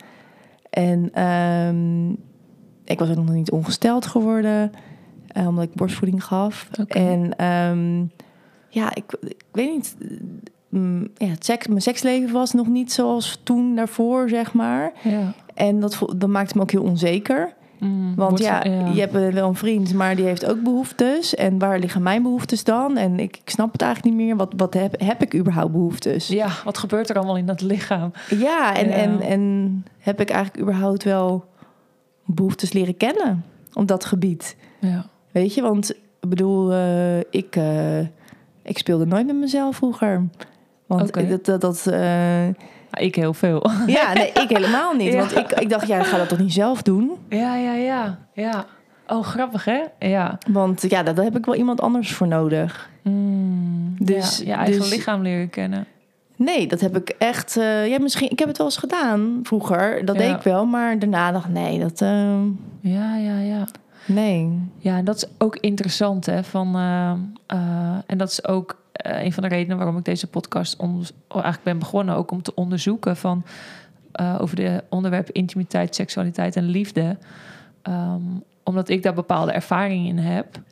En um, ik was ook nog niet ongesteld geworden. Uh, omdat ik borstvoeding gaf. Okay. En um, ja, ik, ik weet niet. Um, ja, het seks, mijn seksleven was nog niet zoals toen daarvoor, zeg maar. Ja. En dat, dat maakte me ook heel onzeker. Mm, Want wordt, ja, ja, je hebt wel een vriend, maar die heeft ook behoeftes. En waar liggen mijn behoeftes dan? En ik, ik snap het eigenlijk niet meer. Wat, wat heb, heb ik überhaupt behoeftes? Ja, wat gebeurt er allemaal in dat lichaam? Ja, en, ja. En, en heb ik eigenlijk überhaupt wel behoeftes leren kennen op dat gebied? Ja. Weet je, want ik bedoel, uh, ik, uh, ik speelde nooit met mezelf vroeger. Want okay. dat... dat, dat uh, Ik heel veel. Ja, nee, ik helemaal niet. Ja. Want ik, ik dacht, ja, ik ga dat toch niet zelf doen? Ja, ja, ja. ja. Oh, grappig, hè? Ja. Want ja, daar heb ik wel iemand anders voor nodig. Mm, dus, ja, je eigen dus, lichaam leren kennen. Nee, dat heb ik echt... Uh, ja, misschien, ik heb het wel eens gedaan vroeger. Dat ja. deed ik wel, maar daarna dacht ik, nee, dat... Uh, ja, ja, ja. Nee. Ja, en dat is ook interessant, hè? Van, uh, uh, en dat is ook uh, een van de redenen waarom ik deze podcast onder, eigenlijk ben begonnen. Ook om te onderzoeken van, uh, over de onderwerpen intimiteit, seksualiteit en liefde. Um, omdat ik daar bepaalde ervaringen in heb.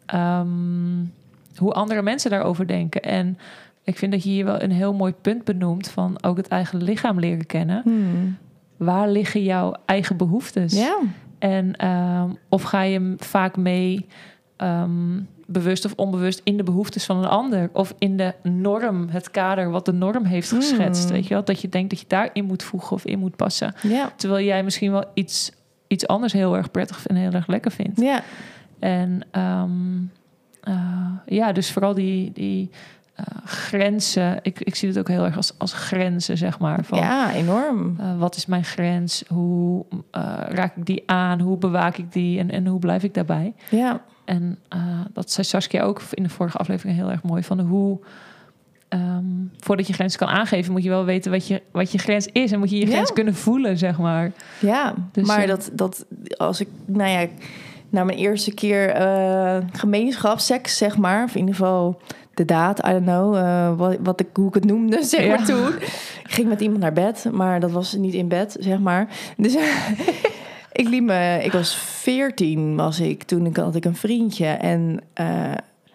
Um, hoe andere mensen daarover denken. En ik vind dat je hier wel een heel mooi punt benoemt van ook het eigen lichaam leren kennen. Hmm. Waar liggen jouw eigen behoeftes? Ja. En um, of ga je vaak mee, um, bewust of onbewust, in de behoeftes van een ander? Of in de norm, het kader wat de norm heeft geschetst. Mm. Weet je wel? Dat je denkt dat je daarin moet voegen of in moet passen. Ja. Terwijl jij misschien wel iets, iets anders heel erg prettig en heel erg lekker vindt. Ja. En um, uh, ja, dus vooral die... die Uh, grenzen, ik, ik zie het ook heel erg als, als grenzen, zeg maar. Van, ja, enorm. Uh, wat is mijn grens? Hoe uh, raak ik die aan? Hoe bewaak ik die? En, en hoe blijf ik daarbij? Ja. En uh, dat zei Saskia ook in de vorige aflevering heel erg mooi. Van hoe, um, voordat je grens kan aangeven, moet je wel weten wat je, wat je grens is. En moet je je grens ja. kunnen voelen, zeg maar. Ja, dus, maar uh, dat, dat als ik, nou ja, na mijn eerste keer uh, gemeenschap, seks, zeg maar, of in ieder geval... de daad, I don't know, uh, wat, wat ik, hoe ik het noemde, zeg maar, ja. toen. Ik ging met iemand naar bed, maar dat was niet in bed, zeg maar. Dus ik liep me... Ik was veertien, was ik. Toen ik, had ik een vriendje. En uh,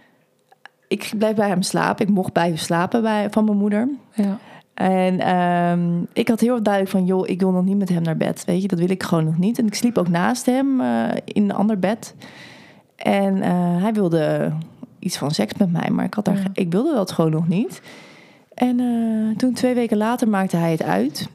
ik bleef bij hem slapen. Ik mocht bij hem slapen bij, van mijn moeder. Ja. En um, ik had heel duidelijk van... joh, ik wil nog niet met hem naar bed, weet je. Dat wil ik gewoon nog niet. En ik sliep ook naast hem uh, in een ander bed. En uh, hij wilde... iets van seks met mij, maar ik, had daar, ja. ik wilde dat gewoon nog niet. En uh, toen twee weken later maakte hij het uit.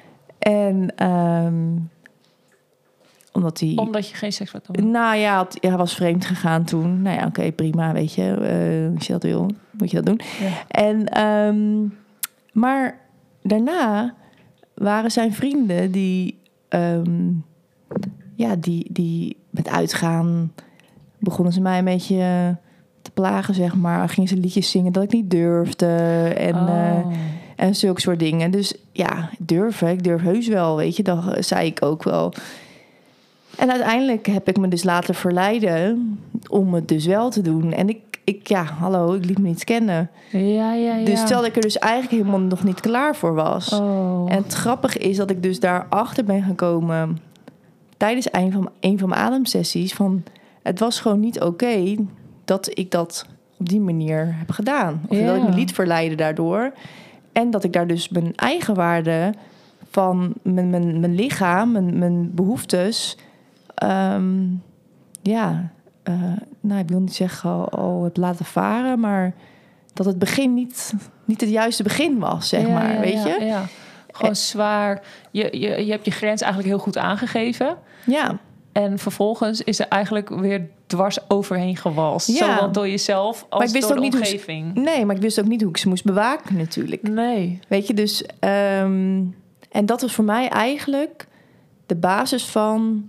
En um, omdat hij... Omdat je geen seks had doen. Nou ja, had, hij was vreemd gegaan toen. Nou ja, oké, okay, prima, weet je. Uh, als je dat wil, moet je dat doen. Ja. En, um, maar daarna waren zijn vrienden die... Um, ja, die, die met uitgaan... begonnen ze mij een beetje... te plagen, zeg maar. Gingen ze liedjes zingen dat ik niet durfde. En, oh. uh, en zulke soort dingen. Dus ja, durven. Ik durf heus wel, weet je. Dat zei ik ook wel. En uiteindelijk heb ik me dus laten verleiden... om het dus wel te doen. En ik, ik ja, hallo, ik liet me niet kennen. Ja, ja, ja. Dus terwijl ik er dus eigenlijk helemaal nog niet klaar voor was. Oh. En het grappige is dat ik dus daarachter ben gekomen... tijdens een van, een van mijn ademsessies... van het was gewoon niet oké... Okay dat ik dat op die manier heb gedaan. Of ja. dat ik me liet verleiden daardoor. En dat ik daar dus mijn eigen waarde... van mijn, mijn, mijn lichaam, mijn, mijn behoeftes... Um, ja, uh, nou, ik wil niet zeggen al, al heb laten varen... maar dat het begin niet, niet het juiste begin was, zeg ja, maar, ja, weet ja, je? Ja. Gewoon En, zwaar. Je, je, je hebt je grens eigenlijk heel goed aangegeven. ja. En vervolgens is er eigenlijk weer dwars overheen gewalst. Ja. Zowel door jezelf als Maar ik wist door ook de niet omgeving. Hoe ze, nee, maar ik wist ook niet hoe ik ze moest bewaken natuurlijk. Nee. Weet je, dus... Um, en dat was voor mij eigenlijk de basis van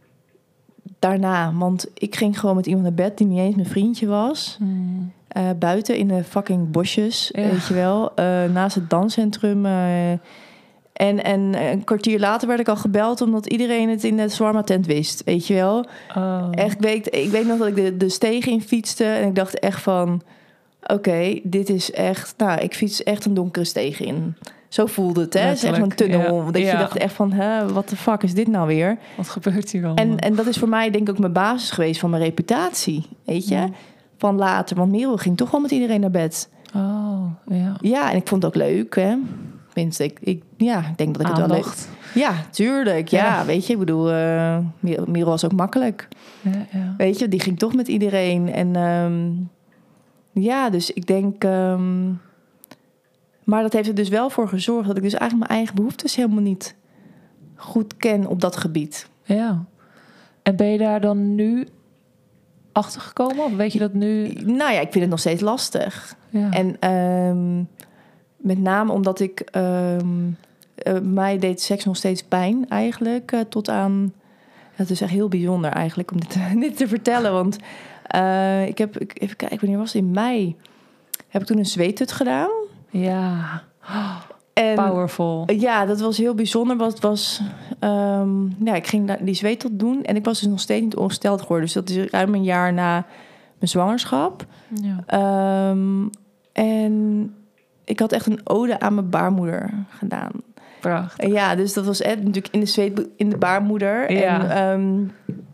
daarna. Want ik ging gewoon met iemand naar bed die niet eens mijn vriendje was. Hmm. Uh, buiten in de fucking bosjes, Ja. weet je wel. Uh, naast het danscentrum. Uh, en, en een kwartier later werd ik al gebeld... omdat iedereen het in de shawarma-tent wist, weet je wel. Oh. Echt, ik weet, ik weet nog dat ik de, de steeg in fietste... en ik dacht echt van... oké, okay, dit is echt... nou, ik fiets echt een donkere steeg in. Zo voelde het, hè? Het is echt een tunnel. Ja. Dat ja. je dacht echt van... hè, wat de fuck is dit nou weer? Wat gebeurt hier allemaal? En, en dat is voor mij denk ik ook mijn basis geweest... van mijn reputatie, weet je? Ja. Van later, want Merel ging toch wel met iedereen naar bed. Oh, ja. Ja, en ik vond het ook leuk, hè? Tenminste, ik, ik, ja, ik denk dat ik Aandacht. het wel leuk... Ja, tuurlijk. Ja, ja. Weet je, ik bedoel... Uh, Merel was ook makkelijk. Ja, ja. Weet je, die ging toch met iedereen. En um, ja, dus ik denk... Um, maar dat heeft er dus wel voor gezorgd... dat ik dus eigenlijk mijn eigen behoeftes helemaal niet goed ken op dat gebied. Ja. En ben je daar dan nu achter gekomen? Of weet je dat nu? Nou ja, ik vind het nog steeds lastig. Ja. En um, met name omdat ik... Um, uh, mij deed seks nog steeds pijn eigenlijk. Uh, tot aan... Het is echt heel bijzonder eigenlijk om dit, dit te vertellen. Want uh, ik heb... Ik, even kijken, wanneer was het? In mei heb ik toen een zweethut gedaan. Ja. Oh, en, powerful. Ja, dat was heel bijzonder. Want het was... Um, ja, ik ging die zweethut doen. En ik was dus nog steeds niet ongesteld geworden. Dus dat is ruim een jaar na mijn zwangerschap. Ja. Um, en ik had echt een ode aan mijn baarmoeder gedaan. Prachtig. Ja, dus dat was echt natuurlijk in de zweet in de baarmoeder. Ja. En, um,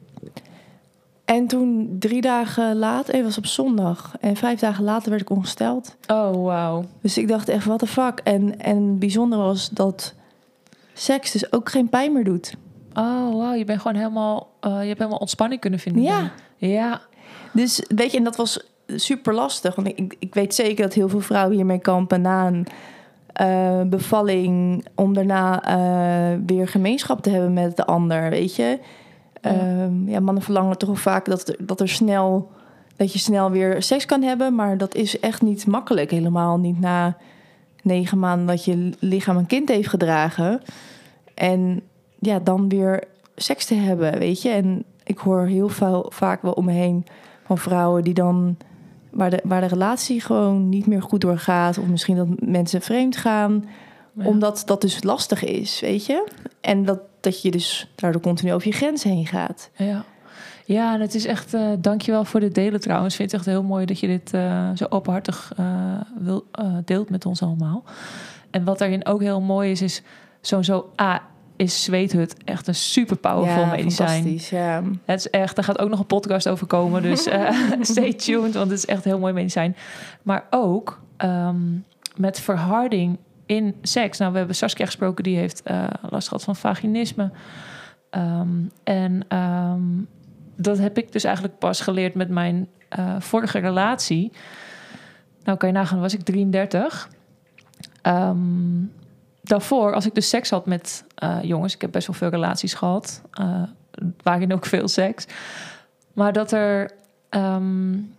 en toen drie dagen later, het was op zondag. En vijf dagen later werd ik ongesteld. Oh, wauw. Dus ik dacht echt, what the fuck. En, en bijzonder was dat seks dus ook geen pijn meer doet. Oh, wauw. Je bent gewoon helemaal... Uh, je hebt helemaal ontspanning kunnen vinden. Ja. Ja. Dus weet je, en dat was super lastig. Want ik, ik weet zeker dat heel veel vrouwen hiermee kampen na een... Uh, bevalling, om daarna uh, weer gemeenschap te hebben met de ander, weet je. Ja, uh, ja mannen verlangen toch wel vaak dat er, dat er snel, dat je snel weer seks kan hebben, maar dat is echt niet makkelijk, helemaal niet na negen maanden dat je lichaam een kind heeft gedragen en ja, dan weer seks te hebben, weet je. En ik hoor heel veel, vaak wel om me heen van vrouwen die dan Waar de, waar de relatie gewoon niet meer goed doorgaat. Of misschien dat mensen vreemd gaan. Ja. Omdat dat dus lastig is, weet je. En dat, dat je dus daardoor continu over je grens heen gaat. Ja, ja en het is echt... Uh, dankjewel voor dit delen trouwens. Ik vind het echt heel mooi dat je dit uh, zo openhartig uh, wil, uh, deelt met ons allemaal. En wat daarin ook heel mooi is, is sowieso... Ah, is zweethut echt een super powerful ja, medicijn. Fantastisch, ja. Het is echt, er gaat ook nog een podcast over komen, dus uh, stay tuned, want het is echt heel mooi medicijn. Maar ook um, met verharding in seks. Nou, we hebben Saskia gesproken, die heeft uh, last gehad van vaginisme. Um, en um, dat heb ik dus eigenlijk pas geleerd met mijn uh, vorige relatie. Nou, kan je nagaan, was ik drieëndertig. Um, Daarvoor, als ik dus seks had met uh, jongens... ik heb best wel veel relaties gehad... Uh, waarin ook veel seks. Maar dat er... Um,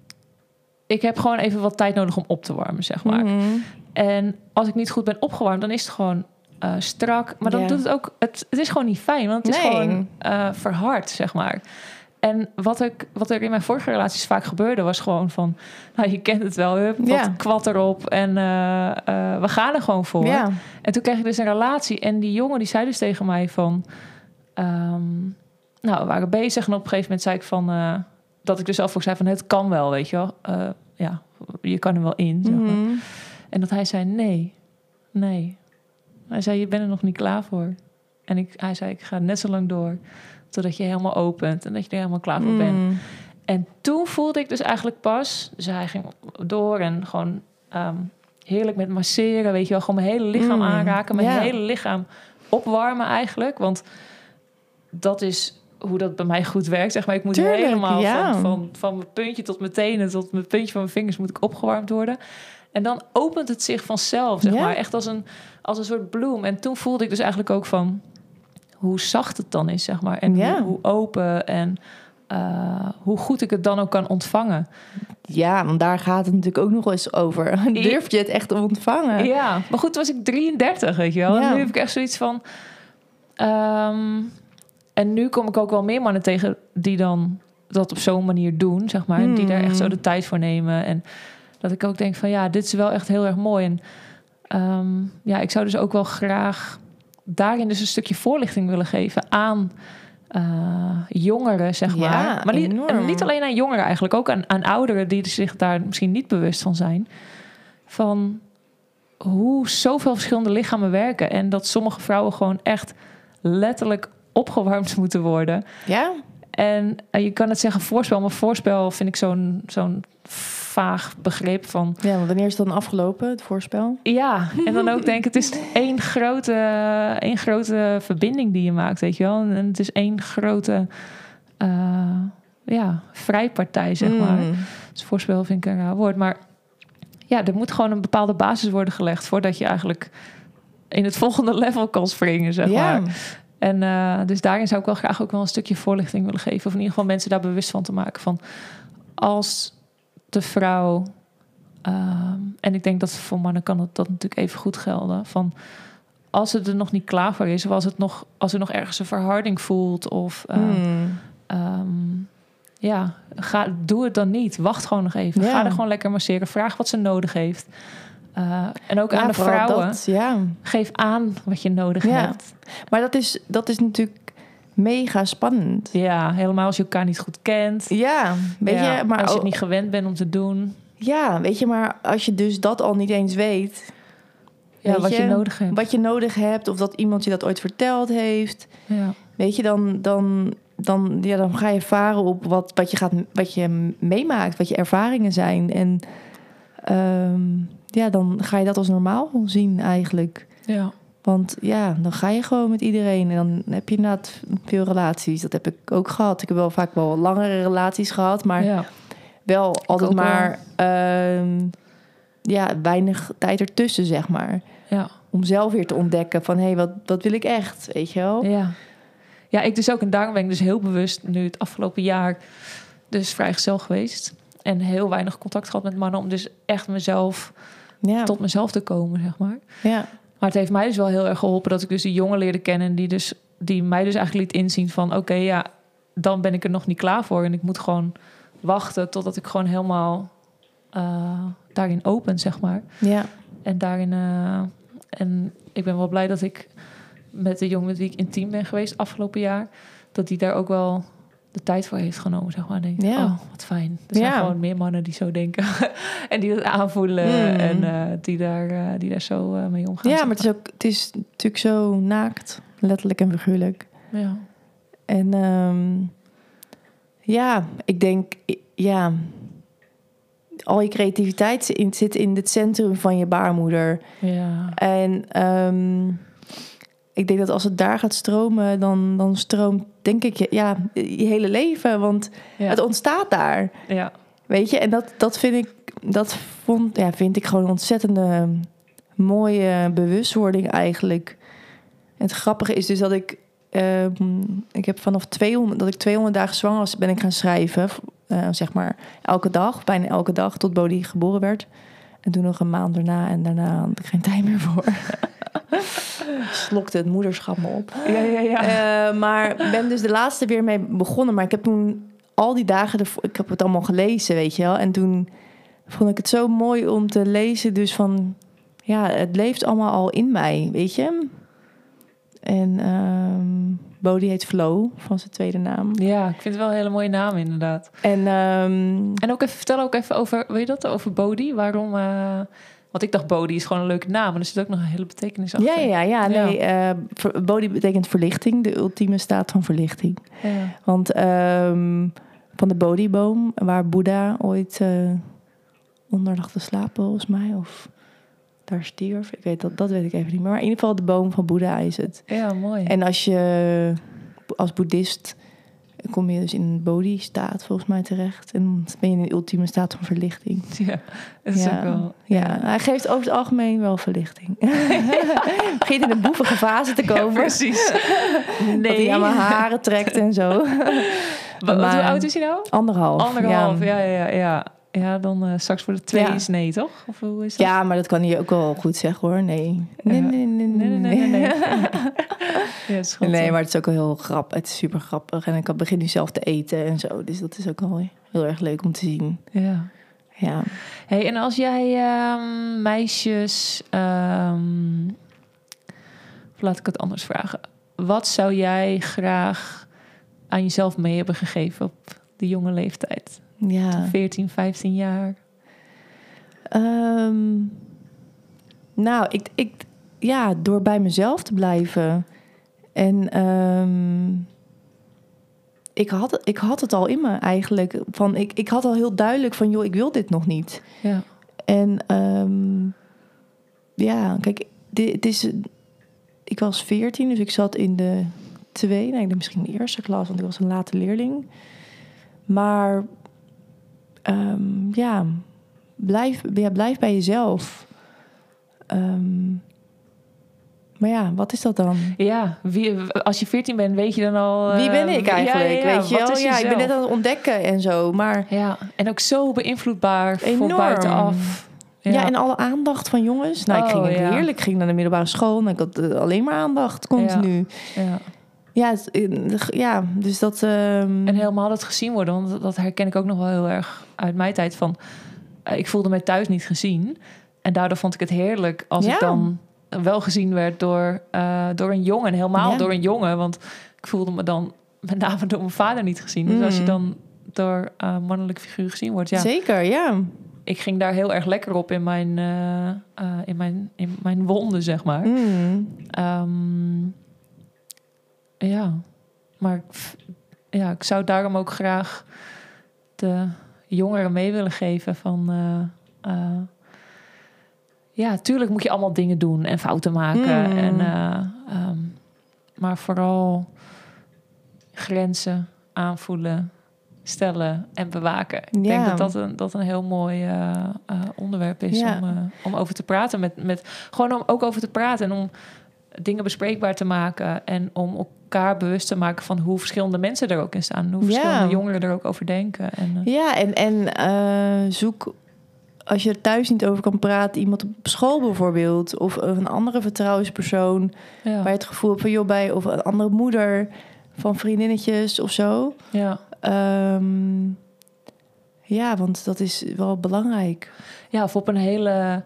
ik heb gewoon even wat tijd nodig om op te warmen, zeg maar. Mm-hmm. En als ik niet goed ben opgewarmd... dan is het gewoon uh, strak. Maar dan yeah. doet het ook... Het, het is gewoon niet fijn, want het is nee. gewoon uh, verhard, zeg maar. En wat, ik, wat er in mijn vorige relaties vaak gebeurde... was gewoon van... nou, je kent het wel, hup, wat ja. kwad erop... en uh, uh, we gaan er gewoon voor. Ja. En toen kreeg ik dus een relatie... en die jongen die zei dus tegen mij van... Um, nou, we waren bezig... en op een gegeven moment zei ik van... Uh, dat ik dus zelf ook zei van... het kan wel, weet je wel. Uh, ja, je kan er wel in, zeg maar. Mm-hmm. En dat hij zei, nee, nee. Hij zei, je bent er nog niet klaar voor. En ik, hij zei, ik ga net zo lang door... totdat je helemaal opent en dat je er helemaal klaar voor mm. bent. En toen voelde ik dus eigenlijk pas... dus hij ging door en gewoon um, heerlijk met masseren... weet je wel, gewoon mijn hele lichaam mm. aanraken... mijn yeah. hele lichaam opwarmen eigenlijk. Want dat is hoe dat bij mij goed werkt. Zeg maar, ik moet Tuurlijk, helemaal ja. van, van, van mijn puntje tot mijn tenen... tot mijn puntje van mijn vingers moet ik opgewarmd worden. En dan opent het zich vanzelf, zeg Ja. maar. Echt als een, als een soort bloem. En toen voelde ik dus eigenlijk ook van hoe zacht het dan is, zeg maar. En Ja. hoe, hoe open en uh, hoe goed ik het dan ook kan ontvangen. Ja, want daar gaat het natuurlijk ook nog eens over. Durf je het echt te ontvangen? Ja, maar goed, toen was ik drieëndertig, weet je wel. Ja. En nu heb ik echt zoiets van... Um, en nu kom ik ook wel meer mannen tegen die dan dat op zo'n manier doen, zeg maar. Hmm. Die daar echt zo de tijd voor nemen. En dat ik ook denk van ja, dit is wel echt heel erg mooi. En um, ja, ik zou dus ook wel graag daarin dus een stukje voorlichting willen geven aan uh, jongeren, zeg maar. Ja, maar niet, enorm. niet alleen aan jongeren eigenlijk, ook aan, aan ouderen die zich daar misschien niet bewust van zijn. Van hoe zoveel verschillende lichamen werken. En dat sommige vrouwen gewoon echt letterlijk opgewarmd moeten worden. Ja. En uh, je kan het zeggen voorspel, maar voorspel vind ik zo'n, zo'n vaag begrip van... Ja, want wanneer is het dan afgelopen, het voorspel? Ja, en dan ook denk ik, het is één grote, één grote verbinding die je maakt, weet je wel. En het is één grote uh, ja, vrijpartij, zeg maar. Mm. Dus voorspel vind ik een raar woord. Maar ja, er moet gewoon een bepaalde basis worden gelegd voordat je eigenlijk in het volgende level kan springen, zeg Ja. maar. En uh, dus daarin zou ik wel graag ook wel een stukje voorlichting willen geven. Of in ieder geval mensen daar bewust van te maken. Van als de vrouw... Uh, en ik denk dat voor mannen kan dat, dat natuurlijk even goed gelden. Van als het er nog niet klaar voor is... of als het nog, als er nog ergens een verharding voelt... of uh, Mm. um, ja, ga, doe het dan niet. Wacht gewoon nog even. Ja. Ga er gewoon lekker masseren. Vraag wat ze nodig heeft. Uh, en ook Ja, aan de vooral vrouwen. Dat, ja. Geef aan wat je nodig Ja. hebt. Maar dat is, dat is natuurlijk mega spannend. Ja, helemaal als je elkaar niet goed kent. Ja, weet Ja, je, maar als je het ook- niet gewend bent om te doen. ja, weet je, maar als je dus dat al niet eens weet, Ja, weet wat je nodig hebt. wat je nodig hebt, of dat iemand je dat ooit verteld heeft, Ja. weet je, dan, dan, dan, ja, dan ga je varen op wat, wat, je gaat, wat je meemaakt, wat je ervaringen zijn. En um, ja, dan ga je dat als normaal zien eigenlijk. Ja. Want ja, dan ga je gewoon met iedereen. En dan heb je inderdaad veel relaties. Dat heb ik ook gehad. Ik heb wel vaak wel langere relaties gehad. Maar Ja. wel altijd ook maar um, ja, weinig tijd ertussen, zeg maar. Ja. Om zelf weer te ontdekken van... hé, hey, wat, wat wil ik echt, weet je wel? Ja. Ja, ik dus ook. En daarom ben ik dus heel bewust nu het afgelopen jaar... dus vrijgezel geweest. En heel weinig contact gehad met mannen... om dus echt mezelf Ja, tot mezelf te komen, zeg maar. ja. Maar het heeft mij dus wel heel erg geholpen... dat ik dus die jongen leerde kennen... die, dus, die mij dus eigenlijk liet inzien van... oké, okay, ja, dan ben ik er nog niet klaar voor... en ik moet gewoon wachten totdat ik gewoon helemaal uh, daarin open, zeg maar. Ja. En daarin... Uh, en ik ben wel blij dat ik met de jongen met wie ik intiem ben geweest... afgelopen jaar... dat die daar ook wel de tijd voor heeft genomen, zeg maar. Denk, Ja. oh, wat fijn. Er zijn Ja. gewoon meer mannen die zo denken... en die dat aanvoelen Mm. en uh, die, daar, uh, die daar zo uh, mee omgaan. Ja, zeg maar het is, ook, het is natuurlijk zo naakt. Letterlijk en figuurlijk. Ja. En um, ja, ik denk... ja, al je creativiteit zit, zit in het centrum van je baarmoeder. Ja. En um, ik denk dat als het daar gaat stromen... dan, dan stroomt, denk ik, je, ja, je hele leven. Want Ja. het ontstaat daar. Ja. Weet je, en dat, dat vind ik... dat vond, ja, vind ik gewoon een ontzettende mooie bewustwording eigenlijk. En het grappige is dus dat ik... Um, ik heb vanaf tweehonderd, dat ik tweehonderd dagen zwanger was, ben ik gaan schrijven. Uh, zeg maar elke dag, bijna elke dag, tot Bodhi geboren werd. En toen nog een maand daarna en daarna had ik geen tijd meer voor. Slokte het moederschap me op. Ja, ja, ja. Uh, maar ben dus de laatste weer mee begonnen. Maar ik heb toen al die dagen, ervoor, ik heb het allemaal gelezen, weet je wel. En toen vond ik het zo mooi om te lezen. Dus van, ja, het leeft allemaal al in mij, weet je. En um, Bodhi heet Flow, van zijn tweede naam. Ja, ik vind het wel een hele mooie naam inderdaad. En, um, en ook even, vertel ook even over, weet je dat, over Bodhi? Waarom, uh, want ik dacht Bodhi is gewoon een leuke naam. En er zit ook nog een hele betekenis achter. Ja, ja, ja. Nee, ja. Uh, Bodhi betekent verlichting, de ultieme staat van verlichting. Ja. Want um, van de Bodhiboom, waar Boeddha ooit uh, onder lag te slapen, volgens mij, of... daar stierf. Ik weet dat, dat weet ik even niet meer. Maar in ieder geval de boom van Boeddha is het. Ja, mooi. En als je als boeddhist kom je dus in een body-staat volgens mij terecht. En dan ben je in een ultieme staat van verlichting. Ja, dat is ja. ook wel... Ja, hij geeft over het algemeen wel verlichting. Het begint in een boevige fase te komen. Ja, precies. Nee. Dat hij aan mijn haren trekt en zo. Wat, maar, hoe oud is hij nou? Anderhalf. Anderhalf, ja, ja, ja. ja. Ja, dan uh, straks voor de twee ja. is nee, toch? Of hoe is dat? Ja, maar dat kan hij ook wel goed zeggen, hoor. Nee. Nee, nee, nee, nee. nee, nee, nee, nee. Ja, het is nee, maar het is ook wel heel grappig. Het is super grappig. En ik begin nu zelf te eten en zo. Dus dat is ook wel heel erg leuk om te zien. Ja. Ja. Hey, en als jij um, meisjes... Um, of laat ik het anders vragen. Wat zou jij graag aan jezelf mee hebben gegeven op die jonge leeftijd? Ja. veertien, vijftien jaar. Um, nou, ik, ik, ja, door bij mezelf te blijven. En um, ik, had, ik had het al in me eigenlijk. Van, ik, ik had al heel duidelijk van, joh, ik wil dit nog niet. Ja. En um, ja, kijk, dit, dit is, ik was veertien, dus ik zat in de twee, nee, misschien de eerste klas, want ik was een late leerling. Maar um, ja, blijf, ja, blijf bij jezelf. Um, maar ja, wat is dat dan? Ja, wie, als je veertien bent, weet je dan al... Uh, wie ben ik eigenlijk? Ja, ja, ja. Weet je wel? Ja, ik ben net aan het ontdekken en zo. Maar ja, en ook zo beïnvloedbaar enorm. voor buitenaf. Ja. ja, en alle aandacht van jongens. Nou, ik ging oh, ja. heerlijk. Ik ging naar de middelbare school en ik had alleen maar aandacht, continu. Ja, ja. Ja, het, ja, dus dat... Um... En helemaal het gezien worden, want dat herken ik ook nog wel heel erg uit mijn tijd. Van, uh, ik voelde mij thuis niet gezien. En daardoor vond ik het heerlijk als ja. ik dan wel gezien werd door, uh, door een jongen. En helemaal ja. door een jongen, want ik voelde me dan met name door mijn vader niet gezien. Dus mm. als je dan door een uh, mannelijke figuur gezien wordt, ja. Zeker, ja. Ik ging daar heel erg lekker op in mijn, uh, uh, in mijn, in mijn wonden, zeg maar. Mm. Um, ja, maar ja, ik zou daarom ook graag de jongeren mee willen geven van... Uh, uh, ja, tuurlijk moet je allemaal dingen doen en fouten maken. Mm. En, uh, um, maar vooral grenzen aanvoelen, stellen en bewaken. Ik ja. denk dat dat een, dat een heel mooi uh, uh, onderwerp is ja. om, uh, om over te praten. Met, met, gewoon om ook over te praten en om dingen bespreekbaar te maken. En om elkaar bewust te maken van hoe verschillende mensen er ook in staan. Hoe verschillende ja. jongeren er ook over denken. En, uh, ja, en, en uh, zoek... Als je er thuis niet over kan praten, iemand op school bijvoorbeeld, of een andere vertrouwenspersoon, ja. waar je het gevoel hebt van joh bij, of een andere moeder van vriendinnetjes of zo. Ja. Um, ja, want dat is wel belangrijk. Ja, of op een hele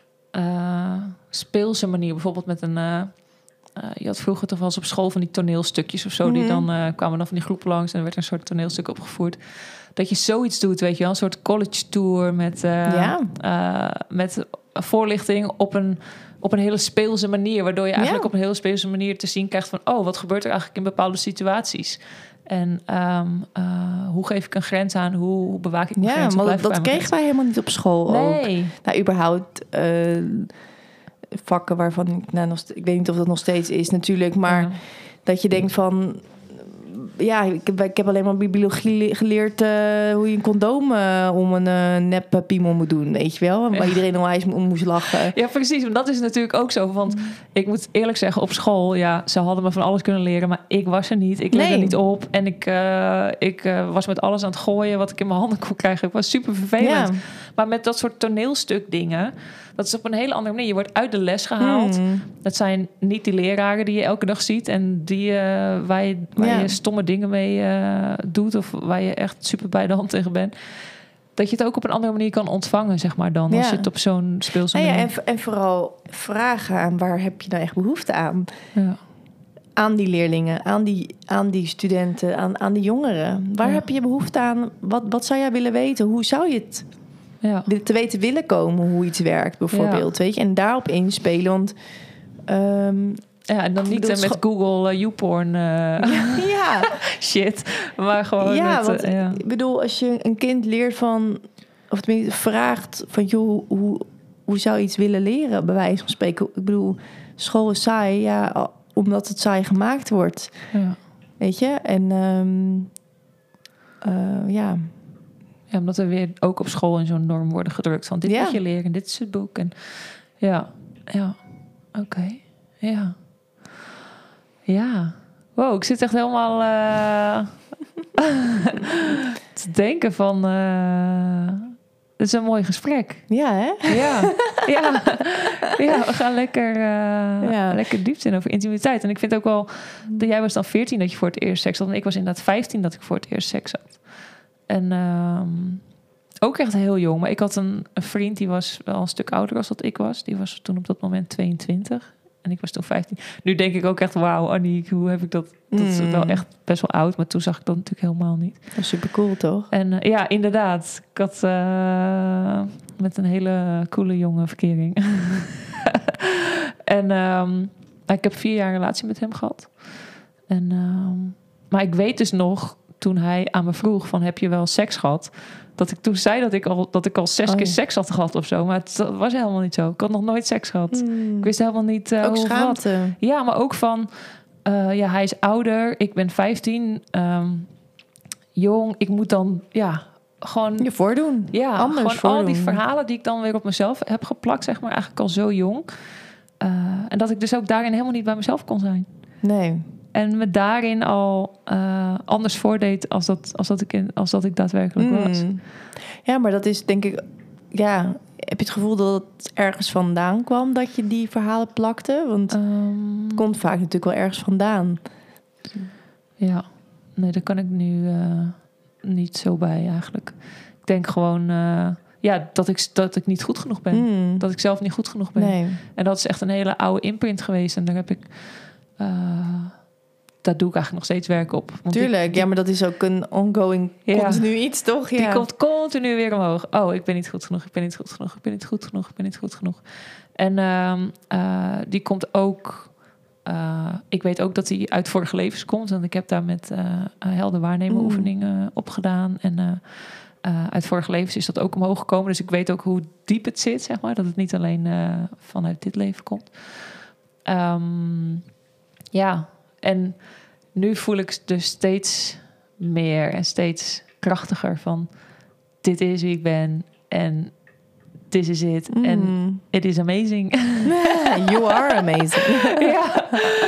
uh, speelse manier, bijvoorbeeld met een. Uh, uh, je had vroeger toch wel eens op school van die toneelstukjes of zo, mm-hmm. die dan uh, kwamen dan van die groepen langs en er werd een soort toneelstuk opgevoerd. Dat je zoiets doet, weet je wel, een soort college tour met, uh, ja. uh, met voorlichting op een, op een hele speelse manier. Waardoor je eigenlijk ja. op een hele speelse manier te zien krijgt van... oh, wat gebeurt er eigenlijk in bepaalde situaties? En um, uh, hoe geef ik een grens aan? Hoe, hoe bewaak ik mijn ja, grens? Ja, maar dat, dat kregen wij helemaal niet op school nee. ook. Nou, überhaupt uh, vakken waarvan... ik, nou, nog, ik weet niet of dat nog steeds is natuurlijk, maar ja. dat je denkt van... Ja, ik heb, ik heb alleen maar biologie geleerd uh, hoe je een condoom uh, om een uh, nep piemel moet doen, weet je wel? Maar ja. iedereen onwijs om moest lachen. Ja, precies. Want dat is natuurlijk ook zo. Want mm. ik moet eerlijk zeggen, op school, ja, ze hadden me van alles kunnen leren, maar ik was er niet. Ik leerde nee. niet op. En ik, uh, ik uh, was met alles aan het gooien wat ik in mijn handen kon krijgen. Ik was super vervelend. Ja. Maar met dat soort toneelstuk dingen, dat is op een hele andere manier. Je wordt uit de les gehaald. Mm. Dat zijn niet die leraren die je elke dag ziet en die, uh, waar, je, waar ja. je stomme dingen mee uh, doet of waar je echt super bij de hand tegen bent. Dat je het ook op een andere manier kan ontvangen, zeg maar dan. Ja. Als je het op zo'n speelse manier... Ja, en, en vooral vragen aan waar heb je nou echt behoefte aan? Ja. Aan die leerlingen, aan die, aan die studenten, aan, aan die jongeren. Waar ja. heb je behoefte aan? Wat, wat zou jij willen weten? Hoe zou je het ja. te weten willen komen hoe iets werkt, bijvoorbeeld? Ja. Weet je? En daarop inspelen, want... Um, ja, en dan niet bedoel, met scho- Google uh, YouPorn uh, ja, ja. shit, maar gewoon ja, met... Want, uh, ja, ik bedoel, als je een kind leert van... of tenminste vraagt van... joh, hoe, hoe zou je iets willen leren, bij wijze van spreken? Ik bedoel, school is saai, ja, omdat het saai gemaakt wordt. Ja. Weet je? En um, uh, ja... Ja, omdat we weer ook op school in zo'n norm worden gedrukt. Van dit ja. moet je leren, dit is het boek. En ja, ja, oké. Okay. Ja. Ja. Wow, ik zit echt helemaal uh, te denken van... Uh, het is een mooi gesprek. Ja, hè? Ja, ja. ja we gaan lekker, uh, ja. lekker diepte in over intimiteit. En ik vind ook wel... Jij was dan veertien dat je voor het eerst seks had. En ik was inderdaad vijftien dat ik voor het eerst seks had. En uh, ook echt heel jong. Maar ik had een, een vriend die was wel een stuk ouder dan dat ik was. Die was toen op dat moment tweeëntwintig. En ik was toen vijftien. Nu denk ik ook echt, wauw, Annie, hoe heb ik dat... Dat is wel echt best wel oud. Maar toen zag ik dat natuurlijk helemaal niet. Dat is super cool, toch? En uh, ja, inderdaad. Ik had uh, met een hele coole jonge verkering. en um, ik heb vier jaar een relatie met hem gehad. En, um, maar ik weet dus nog... toen hij aan me vroeg van heb je wel seks gehad, dat ik toen zei dat ik al dat ik al zes oh. keer seks had gehad of zo, maar het was helemaal niet zo. Ik had nog nooit seks gehad. Mm. Ik wist helemaal niet uh, ook hoe schaamte. Wat. Ja, maar ook van uh, ja, hij is ouder, ik ben vijftien, um, jong, ik moet dan ja gewoon je voordoen. Ja, anders gewoon voordoen. Al die verhalen die ik dan weer op mezelf heb geplakt, zeg maar, eigenlijk al zo jong. Uh, en dat ik dus ook daarin helemaal niet bij mezelf kon zijn. Nee. En me daarin al uh, anders voordeed als dat, als, dat ik in, als dat ik daadwerkelijk mm. was. Ja, maar dat is denk ik... Ja, heb je het gevoel dat het ergens vandaan kwam dat je die verhalen plakte? Want um, het komt vaak natuurlijk wel ergens vandaan. Ja, nee, daar kan ik nu uh, niet zo bij eigenlijk. Ik denk gewoon... Uh, ja, dat ik, dat ik niet goed genoeg ben. Mm. Dat ik zelf niet goed genoeg ben. Nee. En dat is echt een hele oude imprint geweest. En daar heb ik... Uh, daar doe ik eigenlijk nog steeds werk op. Want Tuurlijk, die, die, ja, maar dat is ook een ongoing, ja, continu iets, toch? Ja. Die komt continu weer omhoog. Oh, ik ben niet goed genoeg, ik ben niet goed genoeg, ik ben niet goed genoeg, ik ben niet goed genoeg. En uh, uh, die komt ook... Uh, ik weet ook dat die uit vorige levens komt. Want ik heb daar met uh, helder waarnemen oefeningen mm. op gedaan. En uh, uh, uit vorige levens is dat ook omhoog gekomen. Dus ik weet ook hoe diep het zit, zeg maar. Dat het niet alleen uh, vanuit dit leven komt. Um, ja, en nu voel ik dus steeds meer en steeds krachtiger van... dit is wie ik ben en this is it. Mm. En it is amazing. You are amazing. ja.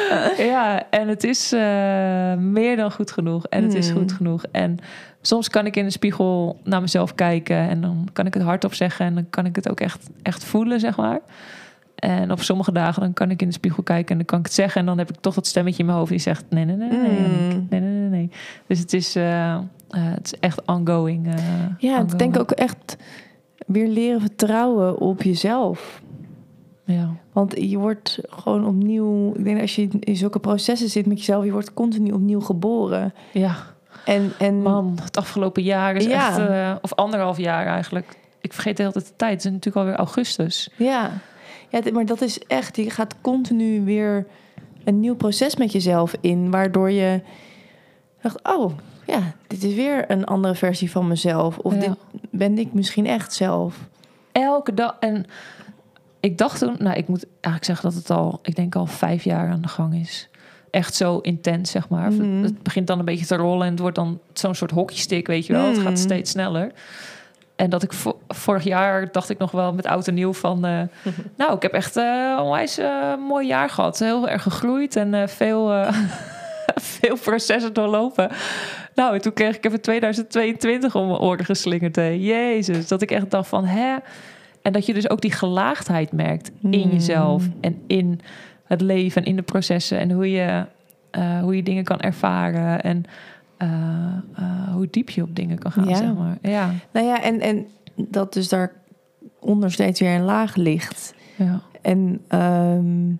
ja, en het is uh, meer dan goed genoeg. En het mm. is goed genoeg. En soms kan ik in de spiegel naar mezelf kijken... en dan kan ik het hardop zeggen... en dan kan ik het ook echt, echt voelen, zeg maar... En op sommige dagen dan kan ik in de spiegel kijken en dan kan ik het zeggen. En dan heb ik toch dat stemmetje in mijn hoofd die zegt... nee, nee, nee, nee, nee, nee, nee, nee. Dus het is, uh, uh, het is echt ongoing. Uh, ja, ongoing. ik denk ook echt weer leren vertrouwen op jezelf. Ja. Want je wordt gewoon opnieuw... Ik denk als je in zulke processen zit met jezelf... je wordt continu opnieuw geboren. Ja. En, en man, het afgelopen jaar is ja. echt... Uh, of anderhalf jaar eigenlijk. Ik vergeet de hele tijd de tijd. Het is natuurlijk alweer augustus. Ja. Ja, maar dat is echt... Je gaat continu weer een nieuw proces met jezelf in... waardoor je dacht... oh, ja, dit is weer een andere versie van mezelf. Of ja. dit ben ik misschien echt zelf. Elke dag. En ik dacht toen... Nou, ik moet eigenlijk zeggen dat het al... ik denk al vijf jaar aan de gang is. Echt zo intens, zeg maar. Mm. Het begint dan een beetje te rollen... en het wordt dan zo'n soort hockeystick, weet je wel. Mm. Het gaat steeds sneller... En dat ik vo- vorig jaar dacht ik nog wel met oud en nieuw van... Uh, nou, ik heb echt uh, een onwijs uh, mooi jaar gehad. Heel erg gegroeid en uh, veel, uh, veel processen doorlopen. Nou, en toen kreeg ik even tweeduizend tweeëntwintig om mijn oren geslingerd. Hè. Jezus, dat ik echt dacht van... hè. En dat je dus ook die gelaagdheid merkt in mm. jezelf... en in het leven en in de processen... en hoe je, uh, hoe je dingen kan ervaren... en Uh, uh, hoe diep je op dingen kan gaan, ja. zeg maar. Ja. Nou ja, en, en dat dus daaronder steeds weer een laag ligt. Ja. En um,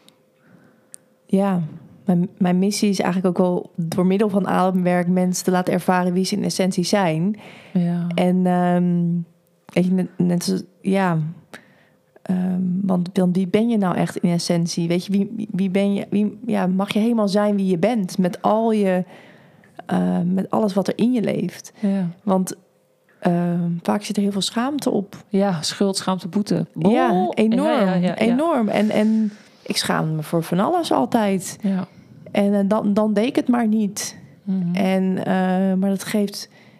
ja, mijn, mijn missie is eigenlijk ook wel... door middel van ademwerk mensen te laten ervaren... wie ze in essentie zijn. Ja. En um, weet je, net, net zo, ja... Um, want dan wie ben je nou echt in essentie? Weet je, wie, wie ben je... Wie, ja, mag je helemaal zijn wie je bent... met al je... Uh, met alles wat er in je leeft. Ja. Want uh, vaak zit er heel veel schaamte op. Ja, schuld, schaamte, boete. Bol. Ja, enorm. Ja, ja, ja, enorm. Ja. En, en ik schaam me voor van alles altijd. Ja. En uh, dan, dan deed ik het maar niet. Mm-hmm. En, uh, maar dat geeft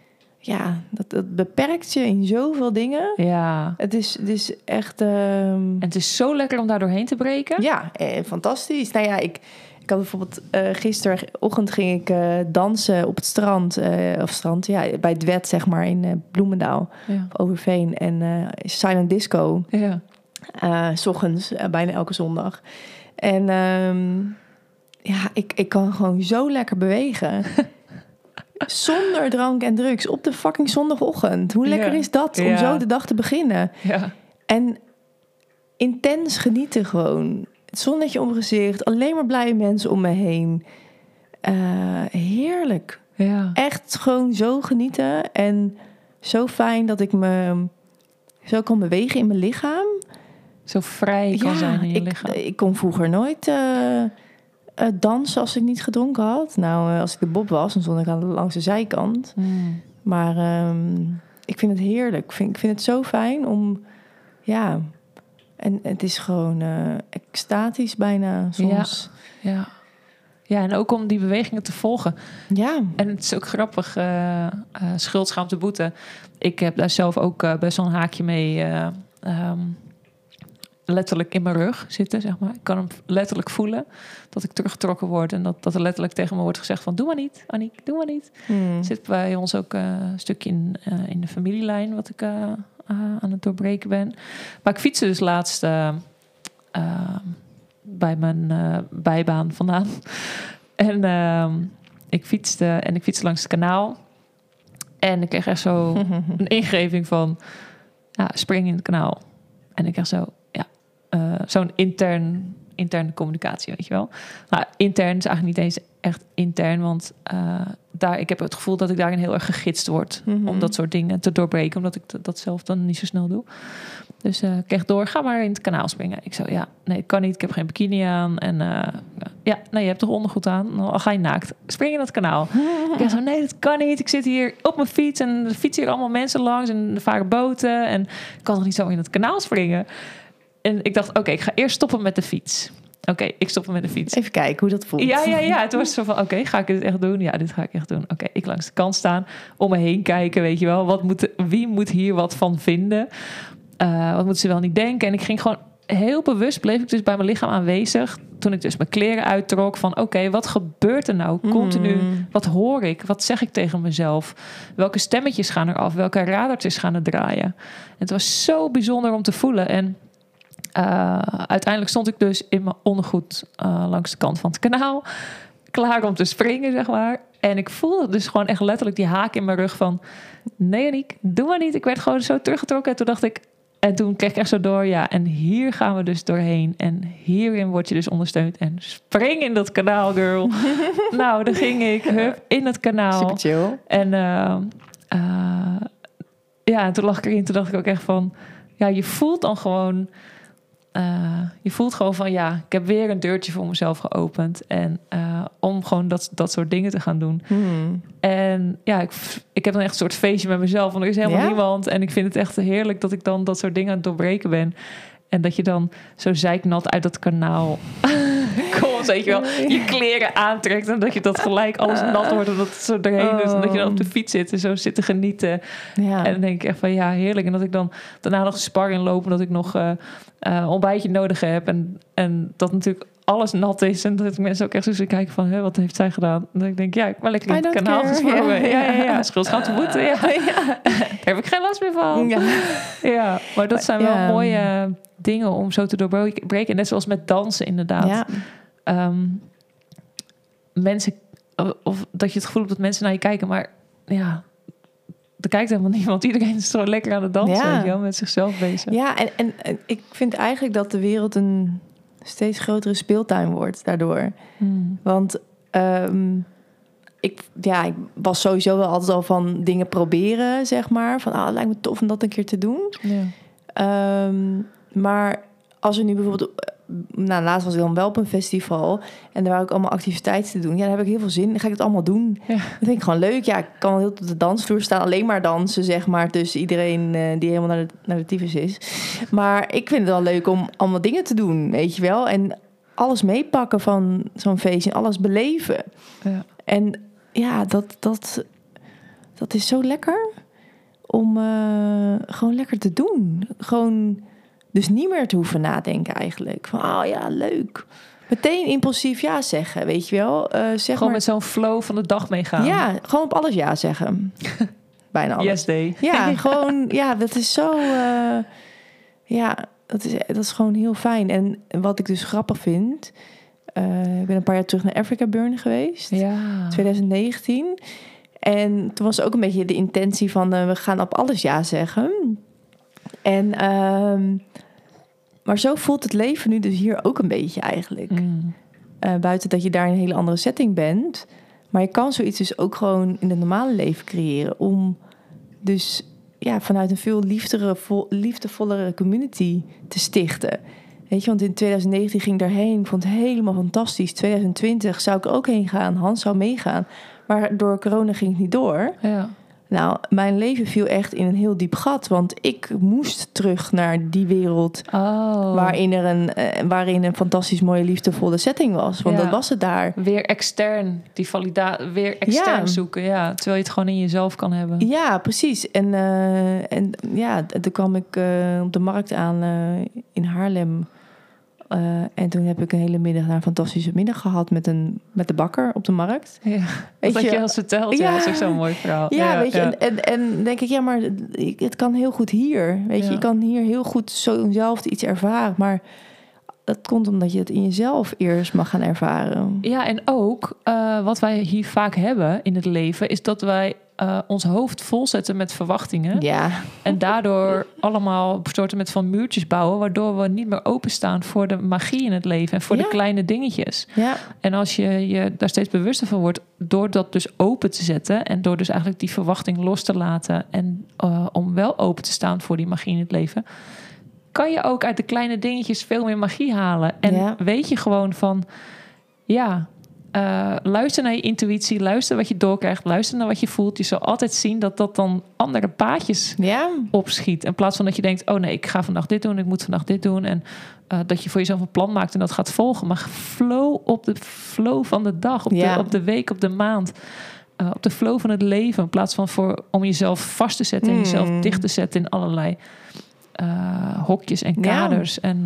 ja, dat, dat beperkt je in zoveel dingen. Ja. Het is, het is echt... Uh... En het is zo lekker om daar doorheen te breken. Ja, eh, fantastisch. Nou ja, ik, ik had bijvoorbeeld... Uh, gisterochtend ging ik uh, dansen op het strand. Uh, of strand, ja, bij het Wet, zeg maar, in uh, Bloemendaal. Ja. Overveen. En uh, silent disco. Ja. Uh, 's ochtends, uh, bijna elke zondag. En um, ja, ik, ik kan gewoon zo lekker bewegen. Zonder drank en drugs op de fucking zondagochtend. Hoe lekker ja. is dat om ja. zo de dag te beginnen? Ja. En intens genieten gewoon. Het zonnetje om mijn gezicht. Alleen maar blije mensen om me heen. Uh, heerlijk. Ja. Echt gewoon zo genieten. En zo fijn dat ik me zo kan bewegen in mijn lichaam. Zo vrij kan ja, zijn in je ik, lichaam. Ik kon vroeger nooit uh, uh, dansen als ik niet gedronken had. Nou, uh, als ik de Bob was, dan stond ik aan de, langs de zijkant. Mm. Maar um, ik vind het heerlijk. Ik vind, ik vind het zo fijn om... Ja, en het is gewoon uh, extatisch bijna soms. Ja, ja. Ja, en ook om die bewegingen te volgen. Ja. En het is ook grappig, uh, uh, schuld, schaamte, boete. Ik heb daar zelf ook uh, best wel een haakje mee... Uh, um, letterlijk in mijn rug zitten, zeg maar. Ik kan hem letterlijk voelen dat ik teruggetrokken word... en dat, dat er letterlijk tegen me wordt gezegd van... doe maar niet, Aniek, doe maar niet. Hmm. Zit bij ons ook uh, een stukje in, uh, in de familielijn... wat ik uh, uh, aan het doorbreken ben. Maar ik fietste dus laatst uh, uh, bij mijn uh, bijbaan vandaan. en uh, ik fietste en ik fietste langs het kanaal... en ik kreeg echt zo een ingeving van... ja, spring in het kanaal. En ik kreeg zo... Uh, zo'n intern, interne communicatie, weet je wel. Nou, intern is eigenlijk niet eens echt intern, want uh, daar, ik heb het gevoel dat ik daarin heel erg gegidst word mm-hmm. om dat soort dingen te doorbreken, omdat ik t- dat zelf dan niet zo snel doe. Dus uh, ik kreeg door, ga maar in het kanaal springen. Ik zo, ja, nee, ik kan niet, ik heb geen bikini aan. En uh, ja, nee, je hebt toch ondergoed aan? Dan ga je naakt. Spring in dat kanaal. Ik zeg zo, nee, dat kan niet. Ik zit hier op mijn fiets en er fietsen hier allemaal mensen langs en er varen boten en ik kan toch niet zo in het kanaal springen? En ik dacht, oké, okay, ik ga eerst stoppen met de fiets. Oké, okay, ik stop met de fiets. Even kijken hoe dat voelt. Ja, ja, ja. Het was zo van, oké, okay, ga ik dit echt doen? Ja, dit ga ik echt doen. Oké, okay, ik langs de kant staan, om me heen kijken, weet je wel. Wat moet, wie moet hier wat van vinden? Uh, wat moeten ze wel niet denken? En ik ging gewoon heel bewust, bleef ik dus bij mijn lichaam aanwezig. Toen ik dus mijn kleren uittrok van, oké, okay, wat gebeurt er nou continu? Mm. Wat hoor ik? Wat zeg ik tegen mezelf? Welke stemmetjes gaan er af? Welke radertjes gaan er draaien? En het was zo bijzonder om te voelen. En Uh, uiteindelijk stond ik dus in mijn ondergoed uh, langs de kant van het kanaal. Klaar om te springen, zeg maar. En ik voelde dus gewoon echt letterlijk die haak in mijn rug van... nee, Aniek, doe maar niet. Ik werd gewoon zo teruggetrokken. En toen dacht ik... En toen kreeg ik echt zo door, ja, en hier gaan we dus doorheen. En hierin word je dus ondersteund. En spring in dat kanaal, girl. Nou, dan ging ik hup, in het kanaal. Super chill. En uh, uh, ja, en toen lag ik erin. Toen dacht ik ook echt van... ja, je voelt dan gewoon... Uh, je voelt gewoon van, ja, ik heb weer een deurtje voor mezelf geopend. En uh, om gewoon dat, dat soort dingen te gaan doen. Hmm. En ja, ik, ik heb dan echt een soort feestje met mezelf. Want er is helemaal ja? niemand. En ik vind het echt heerlijk dat ik dan dat soort dingen aan het doorbreken ben. En dat je dan zo zeiknat uit dat kanaal komt, weet je wel. Je kleren aantrekt en dat je dat gelijk alles nat wordt. En dat het zo doorheen oh. doet. En dat je dan op de fiets zit en zo zit te genieten. Ja. En dan denk ik echt van, ja, heerlijk. En dat ik dan daarna nog spar inloop. En dat ik nog uh, uh, ontbijtje nodig heb. En, en dat natuurlijk alles nat is. En dat ik mensen ook echt zo zitten kijken van... Hè, wat heeft zij gedaan? En dat ik denk, ja, ik ben lekker in het kanaal care. gesprongen. Ja, ja, ja. ja. Schuld, schaamte, boete. Ja. Ja. Daar heb ik geen last meer van. Ja, ja, maar dat zijn wel ja. mooie dingen om zo te doorbreken. Net zoals met dansen inderdaad. Ja. Um, mensen... Of dat je het gevoel hebt dat mensen naar je kijken. Maar ja... Er kijkt helemaal niemand. Iedereen is zo lekker aan het dansen. Ja. Weet je wel, met zichzelf bezig. Ja, en, en, en ik vind eigenlijk dat de wereld een... steeds grotere speeltuin wordt daardoor. Hmm. Want um, ik, ja, ik was sowieso wel altijd al van dingen proberen, zeg maar. Van, ah, het lijkt me tof om dat een keer te doen. Ja. Um, maar als er nu bijvoorbeeld... Nou, laatst was ik dan wel op een festival... en daar wou ik allemaal activiteiten te doen. Ja, daar heb ik heel veel zin in. Dan ga ik het allemaal doen. Ja. Dat vind ik gewoon leuk. Ja, ik kan heel op de dansvloer staan. Alleen maar dansen, zeg maar. Tussen iedereen uh, die helemaal naar de, naar de tyfus is. Maar ik vind het wel leuk om allemaal dingen te doen, weet je wel. En alles meepakken van zo'n feestje. En alles beleven. Ja. En ja, dat... dat dat is zo lekker om uh, gewoon lekker te doen. Gewoon dus niet meer te hoeven nadenken eigenlijk. Van, oh ja, leuk. Meteen impulsief ja zeggen, weet je wel. Uh, zeg gewoon maar, met zo'n flow van de dag meegaan. Ja, gewoon op alles ja zeggen. Bijna alles. Yes day. Ja, gewoon, ja, dat is zo... Uh, ja, dat is, dat is gewoon heel fijn. En wat ik dus grappig vind... Uh, ik ben een paar jaar terug naar Africa Burn geweest. Ja. twintig negentien. En toen was ook een beetje de intentie van... Uh, we gaan op alles ja zeggen. En... Uh, maar zo voelt het leven nu dus hier ook een beetje eigenlijk. Mm. Uh, buiten dat je daar in een hele andere setting bent. Maar je kan zoiets dus ook gewoon in het normale leven creëren. Om dus ja, vanuit een veel liefdere, vol, liefdevollere community te stichten. Weet je, want in twintig negentien ging ik daarheen. Ik vond het helemaal fantastisch. twintig twintig zou ik er ook heen gaan. Hans zou meegaan. Maar door corona ging het niet door. Ja. Nou, mijn leven viel echt in een heel diep gat. Want ik moest terug naar die wereld... Oh. Waarin er een, uh, waarin een fantastisch mooie, liefdevolle setting was. Want ja. dat was het daar. Weer extern, die validatie, weer extern ja. zoeken. Ja, terwijl je het gewoon in jezelf kan hebben. Ja, precies. En, uh, en ja, toen kwam ik uh, op de markt aan uh, in Haarlem... Uh, en toen heb ik een hele middag naar een fantastische middag gehad met, een, met de bakker op de markt. Ja, dat had je al verteld. Ja, dat is ook zo'n mooi verhaal. Ja, ja weet je, ja. En, en, en denk ik, ja, maar het kan heel goed hier. Weet je, ja. je kan hier heel goed zo zelf iets ervaren. Maar dat komt omdat je het in jezelf eerst mag gaan ervaren. Ja, en ook uh, wat wij hier vaak hebben in het leven... is dat wij uh, ons hoofd volzetten met verwachtingen. Ja. En daardoor allemaal soorten met van muurtjes bouwen... waardoor we niet meer openstaan voor de magie in het leven... en voor ja. de kleine dingetjes. Ja. En als je je daar steeds bewuster van wordt... door dat dus open te zetten... en door dus eigenlijk die verwachting los te laten... en uh, om wel open te staan voor die magie in het leven... kan je ook uit de kleine dingetjes veel meer magie halen. En ja. weet je gewoon van... ja, uh, luister naar je intuïtie... luister wat je doorkrijgt... luister naar wat je voelt. Je zal altijd zien dat dat dan andere paadjes ja. opschiet. In plaats van dat je denkt... oh nee, ik ga vandaag dit doen... ik moet vandaag dit doen... en uh, dat je voor jezelf een plan maakt... en dat gaat volgen. Maar flow op de flow van de dag... op, ja. de, op de week, op de maand... Uh, op de flow van het leven... in plaats van voor, om jezelf vast te zetten... en mm. jezelf dicht te zetten in allerlei... Uh, hokjes en kaders ja. en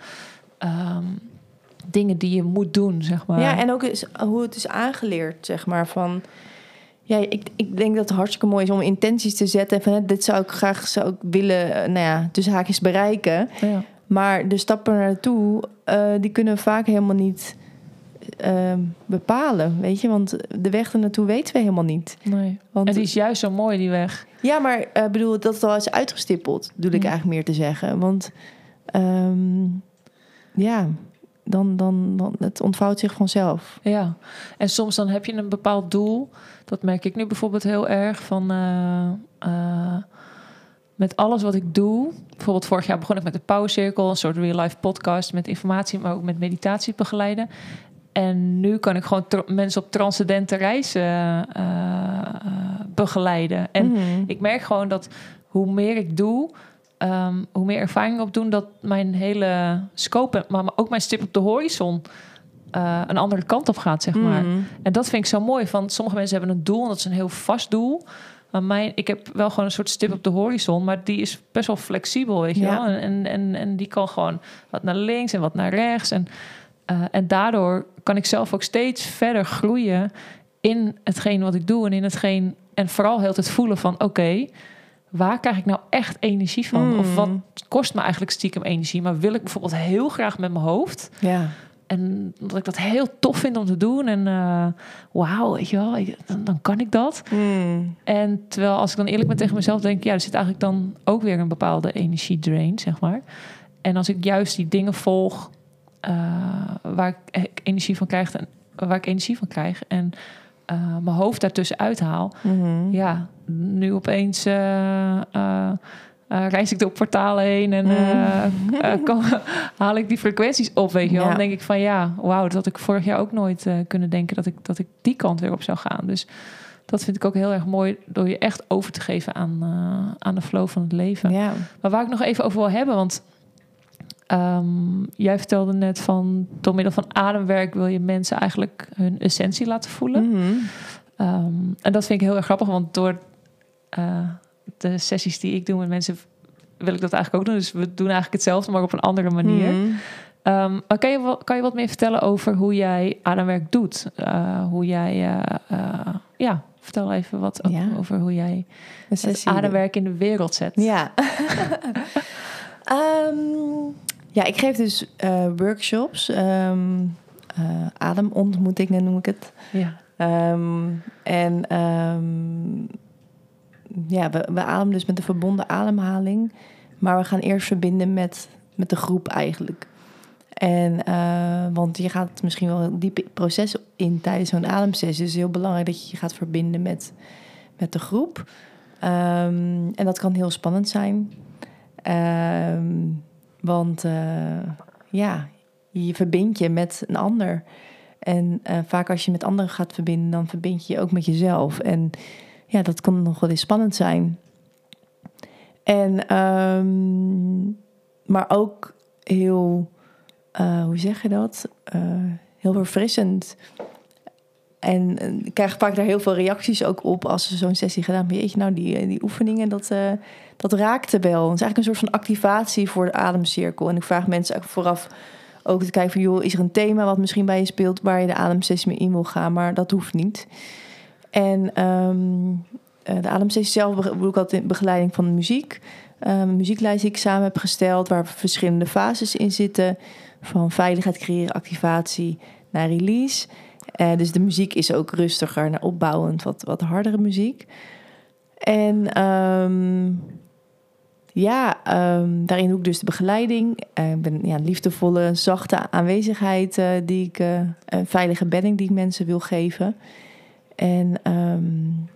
uh, um, dingen die je moet doen, zeg maar. Ja, en ook is, hoe het is aangeleerd, zeg maar, van... Ja, ik, ik denk dat het hartstikke mooi is om intenties te zetten... van dit zou ik graag zou ik willen, uh, nou ja, tussen haakjes bereiken. Ja. Maar de stappen naartoe, uh, die kunnen we vaak helemaal niet... Uh, bepalen, weet je, want de weg er naartoe weten we helemaal niet. Nee. Want, en die is juist zo mooi, die weg. Ja, maar ik uh, bedoel, dat het al is uitgestippeld, bedoel ik mm. eigenlijk meer te zeggen. Want um, ja, dan, dan, dan het ontvouwt zich vanzelf. Ja, en soms dan heb je een bepaald doel. Dat merk ik nu bijvoorbeeld heel erg van... Uh, uh, met alles wat ik doe... Bijvoorbeeld vorig jaar begon ik met de Power Circle... een soort real-life podcast met informatie... maar ook met meditatie begeleiden... En nu kan ik gewoon tra- mensen op transcendente reizen uh, uh, begeleiden. En mm-hmm. ik merk gewoon dat hoe meer ik doe... Um, hoe meer ervaring ik opdoen... dat mijn hele scope... maar ook mijn stip op de horizon... Uh, een andere kant op gaat, zeg maar. Mm. En dat vind ik zo mooi. Van sommige mensen hebben een doel... en dat is een heel vast doel... Maar mijn, ik heb wel gewoon een soort stip op de horizon... maar die is best wel flexibel, weet je ja. wel. En, en, en, en die kan gewoon wat naar links en wat naar rechts... En, Uh, en daardoor kan ik zelf ook steeds verder groeien in hetgeen wat ik doe en in hetgeen en vooral heel tijd voelen van oké, okay, waar krijg ik nou echt energie van? Mm. Of wat kost me eigenlijk stiekem energie? Maar wil ik bijvoorbeeld heel graag met mijn hoofd? Ja. En dat ik dat heel tof vind om te doen en uh, wauw, weet je wel, dan, dan kan ik dat. Mm. En terwijl als ik dan eerlijk ben tegen mezelf denk, ja, er zit eigenlijk dan ook weer een bepaalde energiedrain, zeg maar. En als ik juist die dingen volg. Uh, waar ik energie van krijg en waar ik energie van krijg en uh, mijn hoofd daartussen uithaal. Mm-hmm. Ja, nu opeens uh, uh, uh, reis ik door portalen heen en uh, uh, kan, haal ik die frequenties op, weet je wel. Ja. Dan denk ik van ja, wauw, dat had ik vorig jaar ook nooit uh, kunnen denken dat ik dat ik die kant weer op zou gaan. Dus dat vind ik ook heel erg mooi door je echt over te geven aan uh, aan de flow van het leven. Ja. Maar waar ik nog even over wil hebben, want Um, jij vertelde net van door middel van ademwerk wil je mensen eigenlijk hun essentie laten voelen. Mm-hmm. Um, en dat vind ik heel erg grappig, want door uh, de sessies die ik doe met mensen, wil ik dat eigenlijk ook doen. Dus we doen eigenlijk hetzelfde, maar op een andere manier. Mm. Um, maar kan je, wel, kan je wat meer vertellen over hoe jij ademwerk doet? Uh, hoe jij, uh, uh, ja, vertel even wat ja. over hoe jij het ademwerk in de wereld zet. Ja. um, ja, ik geef dus uh, workshops, um, uh, ademontmoetingen noem ik het. Ja. Um, en um, ja, we, we ademen dus met een verbonden ademhaling, maar we gaan eerst verbinden met, met de groep eigenlijk. En, uh, want je gaat misschien wel een diep proces in tijdens zo'n ademsessie. Dus het is heel belangrijk dat je je gaat verbinden met, met de groep. Um, en dat kan heel spannend zijn. Um, want uh, ja, je verbindt je met een ander. En uh, vaak als je met anderen gaat verbinden, dan verbind je je ook met jezelf. En ja, dat kan nog wel eens spannend zijn. En, um, maar ook heel... Uh, hoe zeg je dat? Uh, heel verfrissend. En uh, ik krijg vaak daar heel veel reacties ook op als ze zo'n sessie gedaan hebben. Jeetje, nou, die, die oefeningen, dat, uh, dat raakte wel. Het is eigenlijk een soort van activatie voor de ademcirkel. En ik vraag mensen ook vooraf ook te kijken van... joh, is er een thema wat misschien bij je speelt... waar je de ademsessie mee in wil gaan, maar dat hoeft niet. En um, uh, de ademsessie zelf doe ik altijd in begeleiding van de muziek. Uh, een muzieklijst die ik samen heb gesteld... waar verschillende fases in zitten... van veiligheid creëren, activatie naar release. Uh, dus de muziek is ook rustiger, naar opbouwend, wat, wat hardere muziek. En um, ja, um, daarin doe ik dus de begeleiding. Uh, ik ben ja, een liefdevolle, zachte aanwezigheid... Uh, die ik, uh, een veilige bedding die ik mensen wil geven. En um,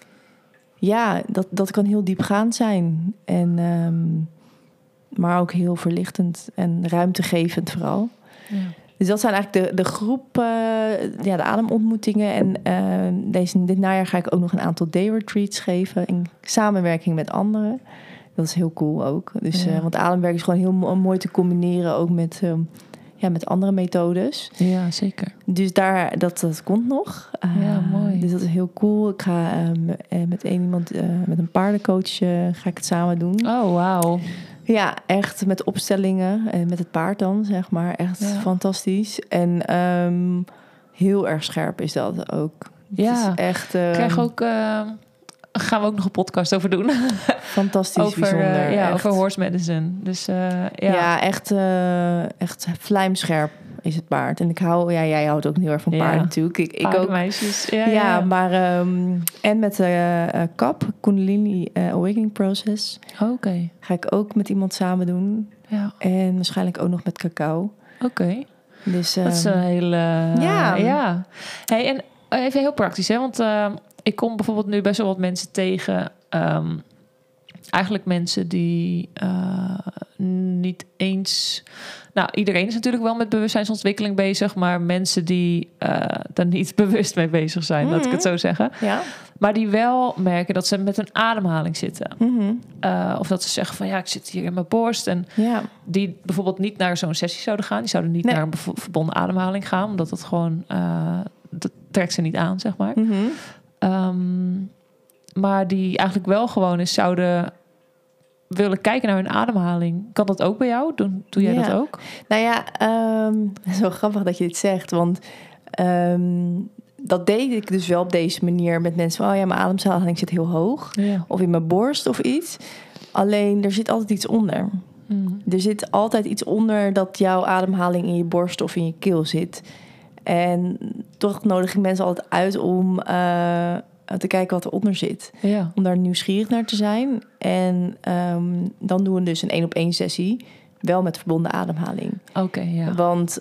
ja, dat, dat kan heel diepgaand zijn. En... Um, maar ook heel verlichtend en ruimtegevend vooral. Ja. Dus dat zijn eigenlijk de, de groep, uh, ja, de ademontmoetingen. En uh, deze, dit najaar ga ik ook nog een aantal day retreats geven... in samenwerking met anderen. Dat is heel cool ook. Dus, ja. uh, want ademwerk is gewoon heel mo- mooi te combineren... ook met, uh, ja, met andere methodes. Ja, zeker. Dus daar, dat, dat komt nog. Uh, ja, mooi. Dus dat is heel cool. Ik ga uh, met één iemand, uh, met een paardencoach... Uh, ga ik het samen doen. Oh, wauw. Ja, echt met opstellingen en met het paard dan, zeg maar. Echt ja. fantastisch. En um, heel erg scherp is dat ook. Ja, het is echt... Uh, krijg ook, uh, gaan we ook nog een podcast over doen. Fantastisch, over, bijzonder. Uh, ja, echt. over horse medicine. Dus, uh, ja. ja, echt, uh, echt vlijmscherp is het paard. En ik hou, ja, jij houdt ook heel erg van paarden ja. natuurlijk. Ik, ik ook. Meisjes. Ja, ja, ja. maar um, en met de uh, uh, C A P, Kundalini uh, Awakening Process. Oké. Okay. Ga ik ook met iemand samen doen. Ja. En waarschijnlijk ook nog met cacao. Oké. Okay. Dus, um, dat is een hele... Uh, ja. ja. Hey, en even heel praktisch, hè? Want uh, ik kom bijvoorbeeld nu best wel wat mensen tegen... Um, eigenlijk mensen die uh, niet eens... Nou, iedereen is natuurlijk wel met bewustzijnsontwikkeling bezig... maar mensen die uh, daar niet bewust mee bezig zijn, mm-hmm. laat ik het zo zeggen. Ja. Maar die wel merken dat ze met een ademhaling zitten. Mm-hmm. Uh, of dat ze zeggen van ja, ik zit hier in mijn borst. En ja. die bijvoorbeeld niet naar zo'n sessie zouden gaan. Die zouden niet nee. naar een bev- verbonden ademhaling gaan. Omdat het gewoon... Uh, dat trekt ze niet aan, zeg maar. Mm-hmm. Um, maar die eigenlijk wel gewoon eens zouden... willen kijken naar hun ademhaling. Kan dat ook bij jou? Doe, doe jij ja. dat ook? Nou ja, um, het is wel grappig dat je dit zegt. Want um, dat deed ik dus wel op deze manier met mensen. Oh ja, mijn ademhaling zit heel hoog. Ja. Of in mijn borst of iets. Alleen, er zit altijd iets onder. Hmm. Er zit altijd iets onder dat jouw ademhaling in je borst of in je keel zit. En toch nodig ik mensen altijd uit om... Uh, te kijken wat eronder zit. Ja. Om daar nieuwsgierig naar te zijn. En um, dan doen we dus een één op één sessie. Wel met verbonden ademhaling. Oké, okay, ja. Want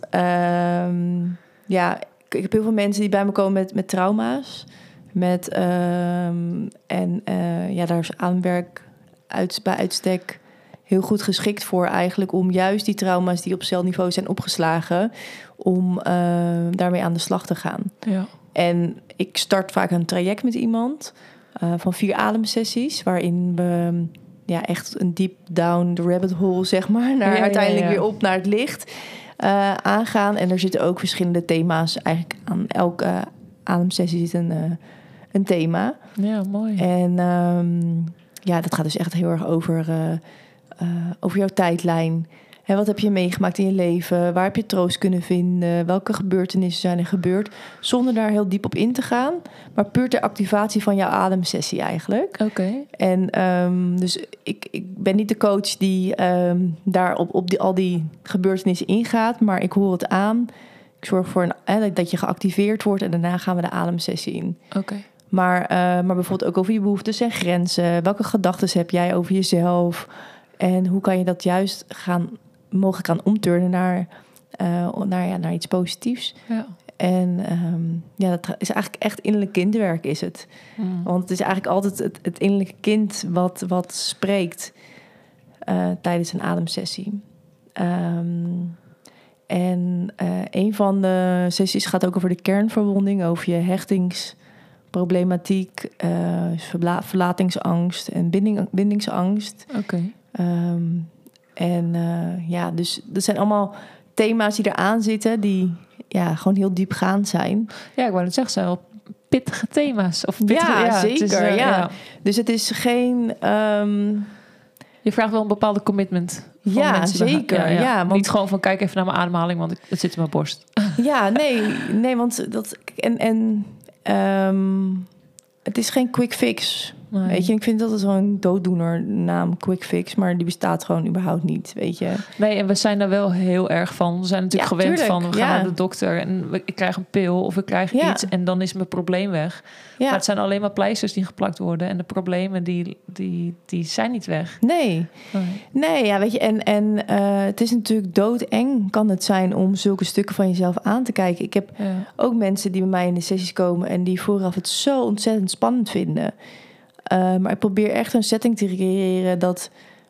um, ja, ik heb heel veel mensen die bij me komen met, met trauma's. Met, um, en uh, ja, daar is ademwerk uit, bij uitstek heel goed geschikt voor eigenlijk... om juist die trauma's die op celniveau zijn opgeslagen... om uh, daarmee aan de slag te gaan. Ja. En ik start vaak een traject met iemand uh, van vier ademsessies... waarin we ja, echt een deep down the rabbit hole, zeg maar... naar ja, uiteindelijk ja, ja. weer op naar het licht uh, aangaan. En er zitten ook verschillende thema's. Eigenlijk aan elke uh, ademsessie zit een, uh, een thema. Ja, mooi. En um, ja, dat gaat dus echt heel erg over, uh, uh, over jouw tijdlijn. Hè, wat heb je meegemaakt in je leven? Waar heb je troost kunnen vinden? Welke gebeurtenissen zijn er gebeurd? Zonder daar heel diep op in te gaan. Maar puur ter activatie van jouw ademsessie eigenlijk. Oké. Okay. En um, dus ik, ik ben niet de coach die um, daar op, op die, al die gebeurtenissen ingaat. Maar ik hoor het aan. Ik zorg voor een, hè, dat je geactiveerd wordt. En daarna gaan we de ademsessie in. Oké. Okay. Maar, uh, maar bijvoorbeeld ook over je behoeftes en grenzen. Welke gedachten heb jij over jezelf? En hoe kan je dat juist gaan... mogelijk gaan omturnen naar, uh, naar, ja, naar iets positiefs. Ja. En um, ja, dat is eigenlijk echt innerlijk kindwerk is het. Mm. Want het is eigenlijk altijd het, het innerlijke kind wat, wat spreekt uh, tijdens een ademsessie. Um, en uh, een van de sessies gaat ook over de kernverwonding, over je hechtingsproblematiek, uh, verla- verlatingsangst en binding, bindingsangst. Oké. Okay. Um, En uh, ja, dus dat zijn allemaal thema's die eraan zitten... die ja, gewoon heel diepgaand zijn. Ja, ik wou net zeggen, zijn wel pittige thema's. Of pittige, ja, ja, zeker. Het is, uh, ja. ja. Dus het is geen... Um... Je vraagt wel een bepaalde commitment. Van ja, mensen zeker. Ja, ja. Ja, want... Niet gewoon van kijk even naar mijn ademhaling... want het zit in mijn borst. Ja, nee, nee want dat... En, en um, het is geen quick fix... Nee. Weet je, ik vind dat het zo'n dooddoener naam Quick Fix, maar die bestaat gewoon überhaupt niet, weet je. Nee, en we zijn daar wel heel erg van. We zijn natuurlijk ja, gewend tuurlijk. van, we gaan ja. naar de dokter en ik krijg een pil of ik krijg ja. iets en dan is mijn probleem weg. Ja. Maar het zijn alleen maar pleisters die geplakt worden en de problemen die, die, die zijn niet weg. Nee, nee, nee ja, weet je, en, en uh, het is natuurlijk doodeng kan het zijn om zulke stukken van jezelf aan te kijken. Ik heb ja. ook mensen die bij mij in de sessies komen en die vooraf het zo ontzettend spannend vinden. Uh, maar ik probeer echt een setting te creëren dat,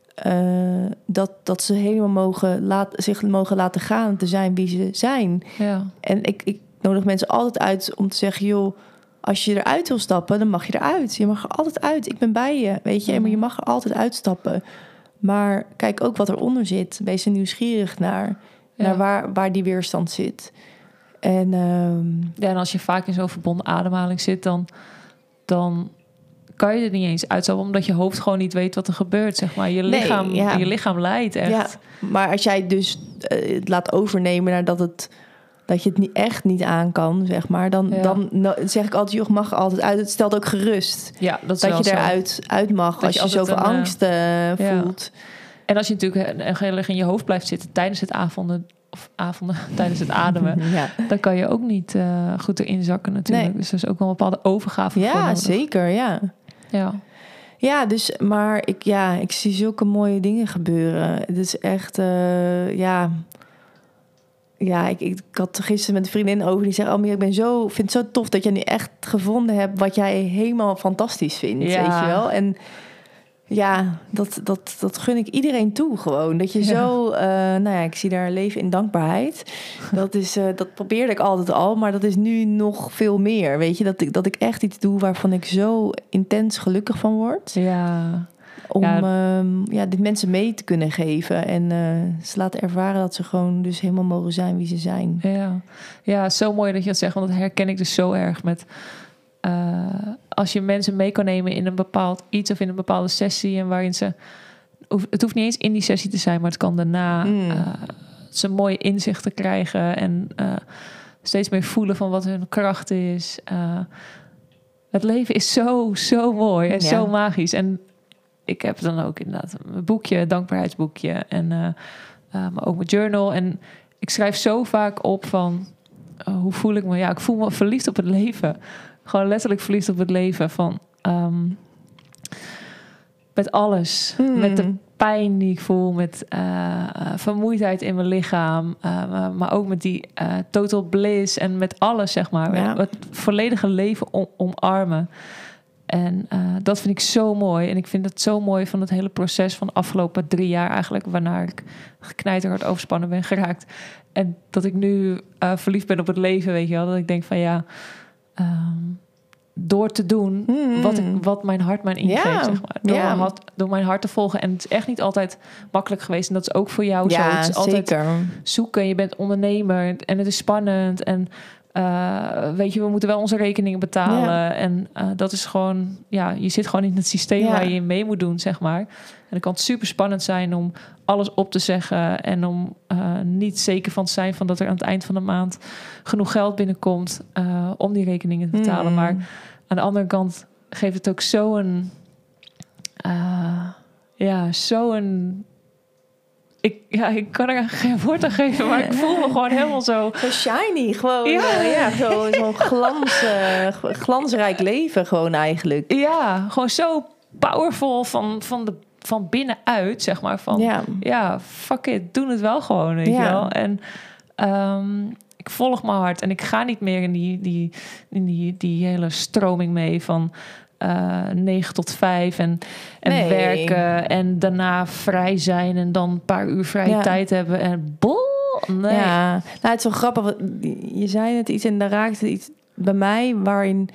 uh, dat, dat ze helemaal mogen laat, zich mogen laten gaan te zijn wie ze zijn. Ja. En ik, ik nodig mensen altijd uit om te zeggen, joh, als je eruit wil stappen, dan mag je eruit. Je mag er altijd uit. Ik ben bij je, weet je. Maar je mag er altijd uitstappen. Maar kijk ook wat eronder zit. Wees er nieuwsgierig naar, ja. naar waar, waar die weerstand zit. En, um... ja, en als je vaak in zo'n verbonden ademhaling zit, dan... dan kan je er niet eens uitstappen, omdat je hoofd gewoon niet weet wat er gebeurt, zeg maar. Je lichaam, nee, ja. je lichaam lijdt echt. Ja, maar als jij dus uh, het laat overnemen nadat het dat je het niet, echt niet aan kan, zeg maar, dan, ja. dan no, zeg ik altijd, je mag er altijd uit. Het stelt ook gerust. Ja, dat is dat wel je eruit uit mag dat als je, je zoveel een, angst uh, voelt. Ja. En als je natuurlijk heel erg in je hoofd blijft zitten tijdens het avonden of avonden tijdens het ademen, ja. dan kan je ook niet uh, goed erin zakken natuurlijk. Nee. Dus er is ook wel een bepaalde overgave ja, voor nodig. Zeker, ja. Ja. Ja, dus, maar ik, ja, ik zie zulke mooie dingen gebeuren. Het is echt, uh, ja... Ja, ik, ik, ik had gisteren met een vriendin over die zei, oh, ik ben zo, vind het zo tof dat je nu echt gevonden hebt wat jij helemaal fantastisch vindt, ja. weet je wel? En ja, dat, dat, dat gun ik iedereen toe gewoon. Dat je ja. zo, uh, nou ja, ik zie daar leven in dankbaarheid. Dat is, uh, dat probeerde ik altijd al, maar dat is nu nog veel meer, weet je? Dat ik, dat ik echt iets doe waarvan ik zo intens gelukkig van word. Ja. Om ja. Um, ja, dit mensen mee te kunnen geven. En uh, ze laten ervaren dat ze gewoon dus helemaal mogen zijn wie ze zijn. Ja, ja, zo mooi dat je dat zegt. Want dat herken ik dus zo erg met... Uh, als je mensen mee kan nemen in een bepaald iets of in een bepaalde sessie... en waarin ze... Het hoeft niet eens in die sessie te zijn, maar het kan daarna... Mm. Uh, ze mooie inzichten krijgen en uh, steeds meer voelen van wat hun kracht is. Uh, het leven is zo, zo mooi en ja. zo magisch. En ik heb dan ook inderdaad mijn boekje, een dankbaarheidsboekje. En uh, uh, maar ook mijn journal. En ik schrijf zo vaak op van... Uh, hoe voel ik me? Ja, ik voel me verliefd op het leven. Gewoon letterlijk verliefd op het leven. Van, um, met alles. Mm. Met de pijn die ik voel. Met uh, uh, vermoeidheid in mijn lichaam. Uh, maar ook met die uh, total bliss. En met alles, zeg maar. Ja. Het volledige leven om, omarmen. En uh, dat vind ik zo mooi. En ik vind het zo mooi van het hele proces van de afgelopen drie jaar eigenlijk. Waarna ik knijterhard overspannen ben geraakt. En dat ik nu uh, verliefd ben op het leven, weet je wel. Dat ik denk van ja... Um, door te doen mm. wat, ik, wat mijn hart mij ingeeft, ja. zeg maar. Door, ja. hart, door mijn hart te volgen. En het is echt niet altijd makkelijk geweest. En dat is ook voor jou ja, zo. Het is altijd zeker. zoeken. Je bent ondernemer. En het is spannend. En Uh, weet je, we moeten wel onze rekeningen betalen. Ja. En uh, dat is gewoon... Ja, je zit gewoon in het systeem ja. waar je in mee moet doen, zeg maar. En dan kan het super spannend zijn om alles op te zeggen... en om uh, niet zeker van te zijn... van dat er aan het eind van de maand genoeg geld binnenkomt... Uh, om die rekeningen te betalen. Mm. Maar aan de andere kant geeft het ook zo'n... Uh, ja, zo'n... Ik, ja, ik kan er geen woord aan geven, maar ik voel me gewoon helemaal zo... Zo shiny, gewoon. Ja, uh, ja zo, zo'n glans, uh, glansrijk leven gewoon eigenlijk. Ja, gewoon zo powerful van, van, de, van binnenuit, zeg maar. Van, ja. ja, fuck it, doen het wel gewoon, weet ja. je wel. En um, ik volg mijn hart en ik ga niet meer in die, die, in die, die hele stroming mee van... Uh, negen tot vijf en, en nee. werken en daarna vrij zijn en dan een paar uur vrije ja. tijd hebben en bol. Nee. Ja, nou, het is wel grappig. Je zei het iets en daar raakte iets bij mij waarin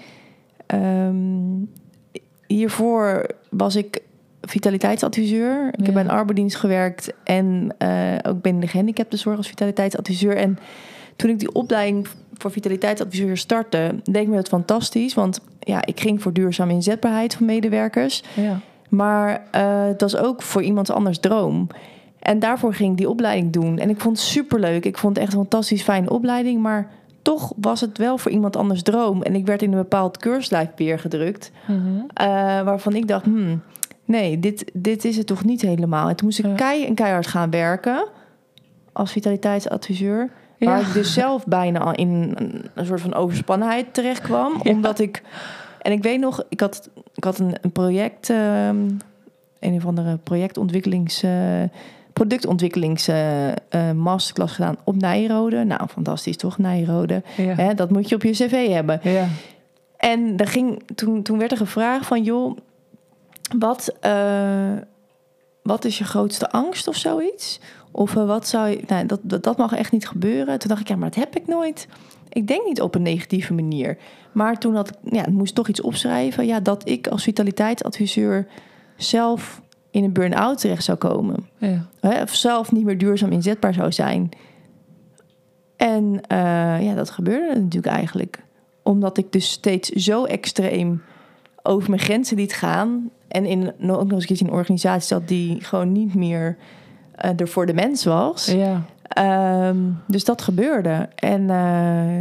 um, hiervoor was ik vitaliteitsadviseur. Ik ja. heb bij een arbeidsdienst gewerkt en uh, ook binnen de gehandicaptenzorg als vitaliteitsadviseur. En toen ik die opleiding voor vitaliteitsadviseur startte, deed ik me dat fantastisch. Want ja, ik ging voor duurzame inzetbaarheid van medewerkers. Ja. Maar uh, dat was ook voor iemand anders droom. En daarvoor ging ik die opleiding doen. En ik vond het superleuk. Ik vond het echt een fantastisch fijne opleiding. Maar toch was het wel voor iemand anders droom. En ik werd in een bepaald keurslijfbeheer gedrukt. Mm-hmm. Uh, waarvan ik dacht, hmm, nee, dit, dit is het toch niet helemaal. En toen moest ik ja. kei en keihard gaan werken als vitaliteitsadviseur. Ja. Waar ik dus zelf bijna al in een soort van overspannenheid terecht kwam. Ja. Omdat ik... En ik weet nog, ik had, ik had een, een project... Um, een of andere projectontwikkelings... Uh, productontwikkelings uh, uh, masterclass gedaan op Nijrode. Nou, fantastisch toch, Nijrode. Ja. Hè, dat moet je op je cv hebben. Ja. En daar ging, toen, toen werd er gevraagd van... joh, wat, uh, wat is je grootste angst of zoiets? Of uh, wat zou je... Nou, dat, dat, dat mag echt niet gebeuren. Toen dacht ik, ja, maar dat heb ik nooit. Ik denk niet op een negatieve manier. Maar toen had ik... Ja, ik moest toch iets opschrijven. Ja, dat ik als vitaliteitsadviseur zelf... in een burn-out terecht zou komen. Ja. Of zelf niet meer duurzaam inzetbaar zou zijn. En uh, ja, dat gebeurde natuurlijk eigenlijk. Omdat ik dus steeds zo extreem over mijn grenzen liet gaan. En in, ook nog eens in een organisatie zat die gewoon niet meer uh, er voor de mens was. Ja. Um, dus dat gebeurde. En uh,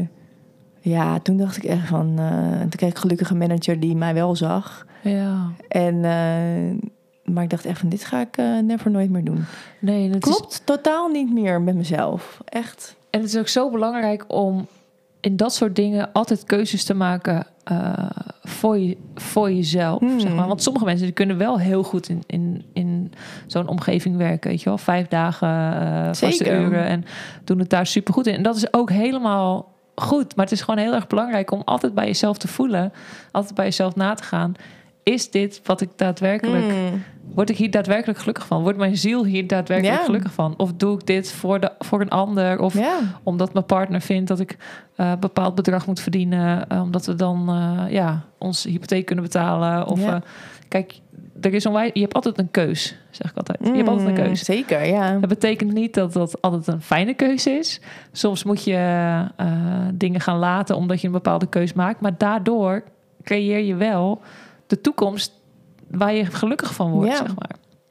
ja, toen dacht ik echt van... Uh, toen kreeg ik gelukkig een manager die mij wel zag. Ja. En... Uh, Maar ik dacht echt van, dit ga ik uh, never nooit meer doen. Nee, dat klopt is... totaal niet meer met mezelf. Echt. En het is ook zo belangrijk om in dat soort dingen altijd keuzes te maken uh, voor, je, voor jezelf. Hmm. Zeg maar. Want sommige mensen die kunnen wel heel goed in, in, in zo'n omgeving werken. Weet je wel, vijf dagen, uh, vaste uren en doen het daar supergoed in. En dat is ook helemaal goed. Maar het is gewoon heel erg belangrijk om altijd bij jezelf te voelen. Altijd bij jezelf na te gaan. Is dit wat ik daadwerkelijk... Mm. Word ik hier daadwerkelijk gelukkig van? Wordt mijn ziel hier daadwerkelijk ja. gelukkig van? Of doe ik dit voor, de, voor een ander? Of ja. omdat mijn partner vindt dat ik uh, een bepaald bedrag moet verdienen... Uh, omdat we dan uh, ja, onze hypotheek kunnen betalen. Of ja. uh, kijk, er is onwijs, je hebt altijd een keus, zeg ik altijd. Mm, je hebt altijd een keus. Zeker, ja. Dat betekent niet dat dat altijd een fijne keuze is. Soms moet je uh, dingen gaan laten omdat je een bepaalde keus maakt. Maar daardoor creëer je wel... de toekomst waar je gelukkig van wordt, ja. zeg maar.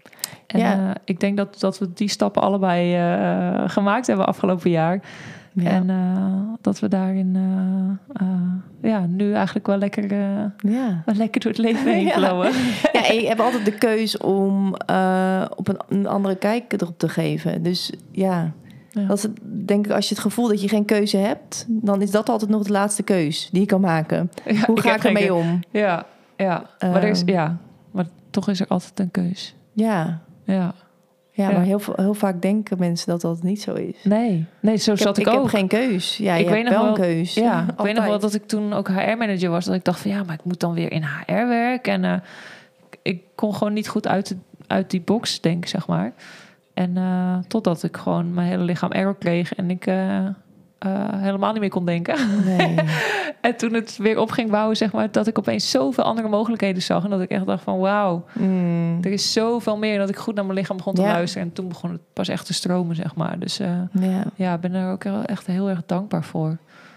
En ja. uh, ik denk dat, dat we die stappen allebei uh, gemaakt hebben afgelopen jaar. Ja. En uh, dat we daarin uh, uh, ja, nu eigenlijk wel lekker, uh, ja. wel lekker door het leven heen flowen. Ja, ja, je hebt altijd de keus om uh, op een, een andere kijk erop te geven. Dus ja... Ja. Dat is het, denk ik, als je het gevoel dat je geen keuze hebt... dan is dat altijd nog de laatste keus die je kan maken. Ja, Hoe ga ik, ik ermee om? Ja, ja. Um, maar er is, ja, maar toch is er altijd een keus. Ja. Ja. Ja, maar heel, heel vaak denken mensen dat dat niet zo is. Nee, nee zo ik zat heb, ik, ik ook. Ik heb geen keus. Ja, je ik weet hebt nog wel wel, een keus. Ja, ik weet nog wel dat ik toen ook H R-manager was. Dat ik dacht van ja, maar ik moet dan weer in H R werken. En uh, ik kon gewoon niet goed uit, de, uit die box denken, zeg maar. En uh, totdat ik gewoon mijn hele lichaam error kreeg en ik uh, uh, helemaal niet meer kon denken. Nee. En toen het weer op ging bouwen, zeg maar, dat ik opeens zoveel andere mogelijkheden zag. En dat ik echt dacht van wauw, mm. er is zoveel meer. En dat ik goed naar mijn lichaam begon te ja. luisteren. En toen begon het pas echt te stromen, zeg maar. Dus uh, ja, ja, ik ben er ook echt heel erg dankbaar voor.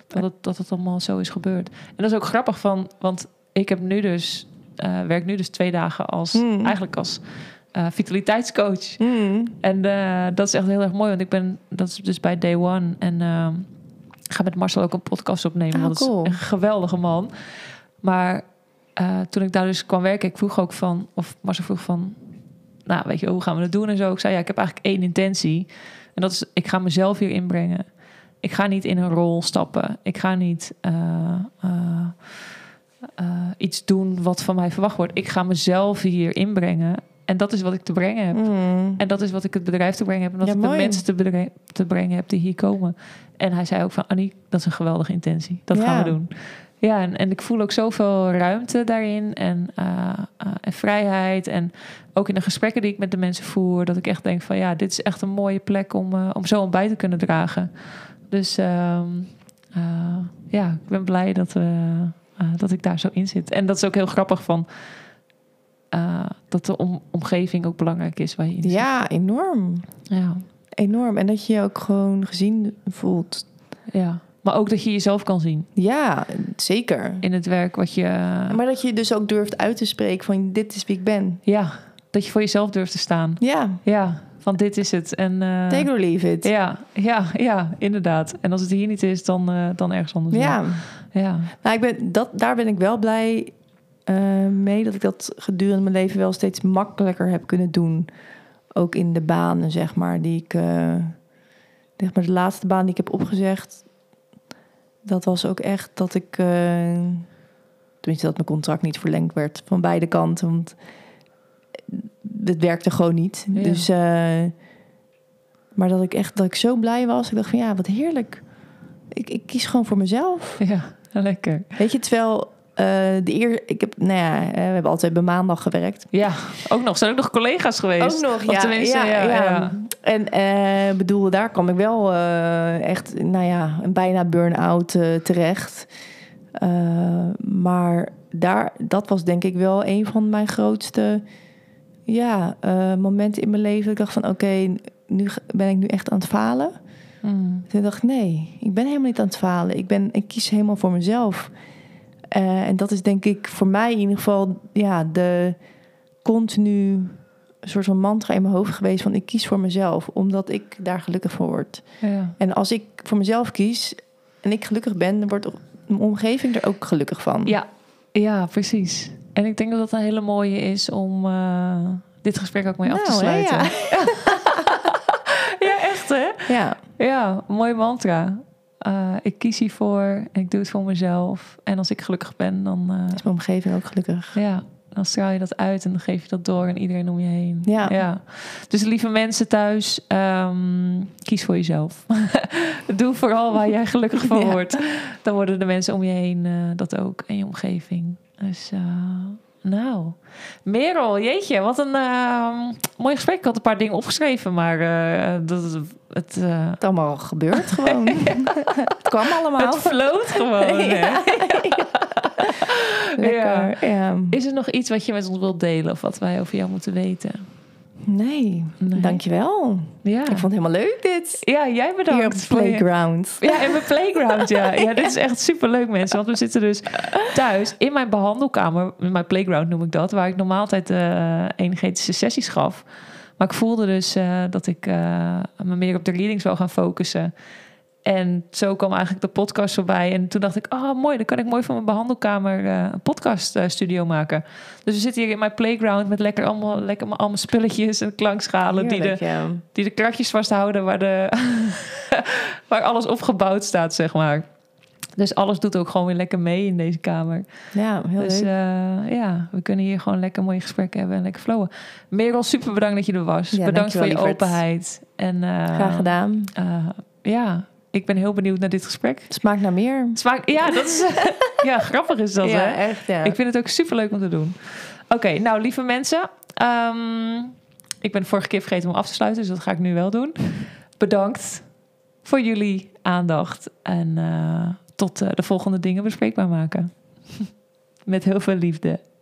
Dat het, dat het allemaal zo is gebeurd. En dat is ook grappig van... Want ik heb nu dus... Uh, werk nu dus twee dagen als... Mm. Eigenlijk als uh, vitaliteitscoach. Mm. En uh, dat is echt heel erg mooi. Want ik ben... Dat is dus bij Day One. En uh, ik ga met Marcel ook een podcast opnemen. Oh, want cool. Dat is een geweldige man. Maar uh, toen ik daar dus kwam werken... Ik vroeg ook van... Of Marcel vroeg van... Nou, weet je, hoe gaan we het doen en zo? Ik zei, ja, ik heb eigenlijk één intentie. En dat is, ik ga mezelf hier inbrengen. Ik ga niet in een rol stappen. Ik ga niet uh, uh, uh, iets doen wat van mij verwacht wordt. Ik ga mezelf hier inbrengen. En dat is wat ik te brengen heb. Mm. En dat is wat ik het bedrijf te brengen heb. En dat ja, ik mooi. de mensen te, bre- te brengen heb die hier komen. En hij zei ook van, Annie, dat is een geweldige intentie. Dat ja. gaan we doen. Ja, en, en ik voel ook zoveel ruimte daarin en, uh, uh, en vrijheid. En ook in de gesprekken die ik met de mensen voer... dat ik echt denk van ja, dit is echt een mooie plek om, uh, om zo aan bij te kunnen dragen. Dus uh, uh, ja, ik ben blij dat, we, uh, dat ik daar zo in zit. En dat is ook heel grappig van... Uh, dat de om, omgeving ook belangrijk is waar je in zit. Ja, enorm. Ja. Enorm. En dat je je ook gewoon gezien voelt. Ja. Maar ook dat je jezelf kan zien. Ja, zeker. In het werk wat je... Maar dat je dus ook durft uit te spreken van dit is wie ik ben. Ja, dat je voor jezelf durft te staan. Ja. Ja, van dit is het. En, uh, take or leave it. Ja, ja, ja, inderdaad. En als het hier niet is, dan, uh, dan ergens anders. Ja. Ja. Nou, ik ben, dat, daar ben ik wel blij uh, mee. Dat ik dat gedurende mijn leven wel steeds makkelijker heb kunnen doen. Ook in de banen, zeg maar, die ik... Uh, zeg maar de laatste baan die ik heb opgezegd... Dat was ook echt dat ik... Uh, tenminste, dat mijn contract niet verlengd werd van beide kanten. Want het werkte gewoon niet. Ja. Dus, uh, maar dat ik echt dat ik zo blij was. Ik dacht van ja, wat heerlijk. Ik, ik kies gewoon voor mezelf. Ja, lekker. Weet je, terwijl uh, de eer... Ik heb, nou ja, uh, we hebben altijd bij maandag gewerkt. Ja, ook nog. Zijn ook nog collega's geweest? Ook nog, ja. Ja, ja, ja. ja. En uh, bedoel, daar kwam ik wel uh, echt, nou ja, een bijna burn-out uh, terecht. Uh, maar daar, dat was denk ik wel een van mijn grootste ja, uh, momenten in mijn leven. Ik dacht van, oké, okay, nu ben ik nu echt aan het falen. Mm. Toen dacht ik, nee, ik ben helemaal niet aan het falen. Ik, ben, ik kies helemaal voor mezelf. Uh, en dat is denk ik voor mij in ieder geval ja, de continu... een soort van mantra in mijn hoofd geweest van ik kies voor mezelf, omdat ik daar gelukkig van word. Ja. En als ik voor mezelf kies en ik gelukkig ben, dan wordt mijn omgeving er ook gelukkig van. Ja, ja, precies. En ik denk dat dat een hele mooie is om uh, dit gesprek ook mee nou, af te sluiten. Hè, ja. Ja, echt hè? Ja. Ja, mooi mantra. Uh, ik kies hiervoor en ik doe het voor mezelf. En als ik gelukkig ben, dan... Uh, is mijn omgeving ook gelukkig. Ja. Dan straal je dat uit en dan geef je dat door aan iedereen om je heen. Ja. Ja. Dus lieve mensen thuis, um, kies voor jezelf. Doe vooral waar jij gelukkig van ja. wordt. Dan worden de mensen om je heen uh, dat ook. En je omgeving. Dus uh, nou, Merel, jeetje, wat een uh, mooi gesprek. Ik had een paar dingen opgeschreven, maar uh, dat het... Uh... Het allemaal gebeurd gewoon. Ja. Het kwam allemaal. Het floot gewoon. Ja. Ja. Lekker, ja. Ja. Is er nog iets wat je met ons wilt delen of wat wij over jou moeten weten? Nee, nee. Dankjewel. Ja. Ik vond het helemaal leuk dit. Ja, jij bedankt. Hier op de playground. Je... Ja, in mijn playground, ja. Ja, dit is echt superleuk, mensen. Want we zitten dus thuis in mijn behandelkamer. In mijn playground noem ik dat. Waar ik normaal altijd uh, energetische sessies gaf. Maar ik voelde dus uh, dat ik uh, me meer op de readings wil gaan focussen. En zo kwam eigenlijk de podcast voorbij. En toen dacht ik, oh mooi, dan kan ik mooi van mijn behandelkamer uh, een podcaststudio uh, maken. Dus we zitten hier in mijn playground met lekker allemaal, lekker allemaal spulletjes en klankschalen. Heerlijk, die, de, ja. die de kratjes vasthouden waar, de waar alles opgebouwd staat, zeg maar. Dus alles doet ook gewoon weer lekker mee in deze kamer. Ja, heel dus, leuk. Uh, ja, we kunnen hier gewoon lekker mooie gesprekken hebben en lekker flowen. Merel, super bedankt dat je er was. Ja, bedankt voor je lieverd. openheid. En, uh, Graag gedaan. Uh, ja, ik ben heel benieuwd naar dit gesprek. Smaakt naar meer. Smaakt, ja, dat is ja, grappig is dat. Ja, hè? echt, ja. Ik vind het ook super leuk om te doen. Oké, okay, nou, lieve mensen. Um, ik ben de vorige keer vergeten om af te sluiten, dus dat ga ik nu wel doen. Bedankt voor jullie aandacht. En uh, tot uh, de volgende dingen bespreekbaar maken. Met heel veel liefde.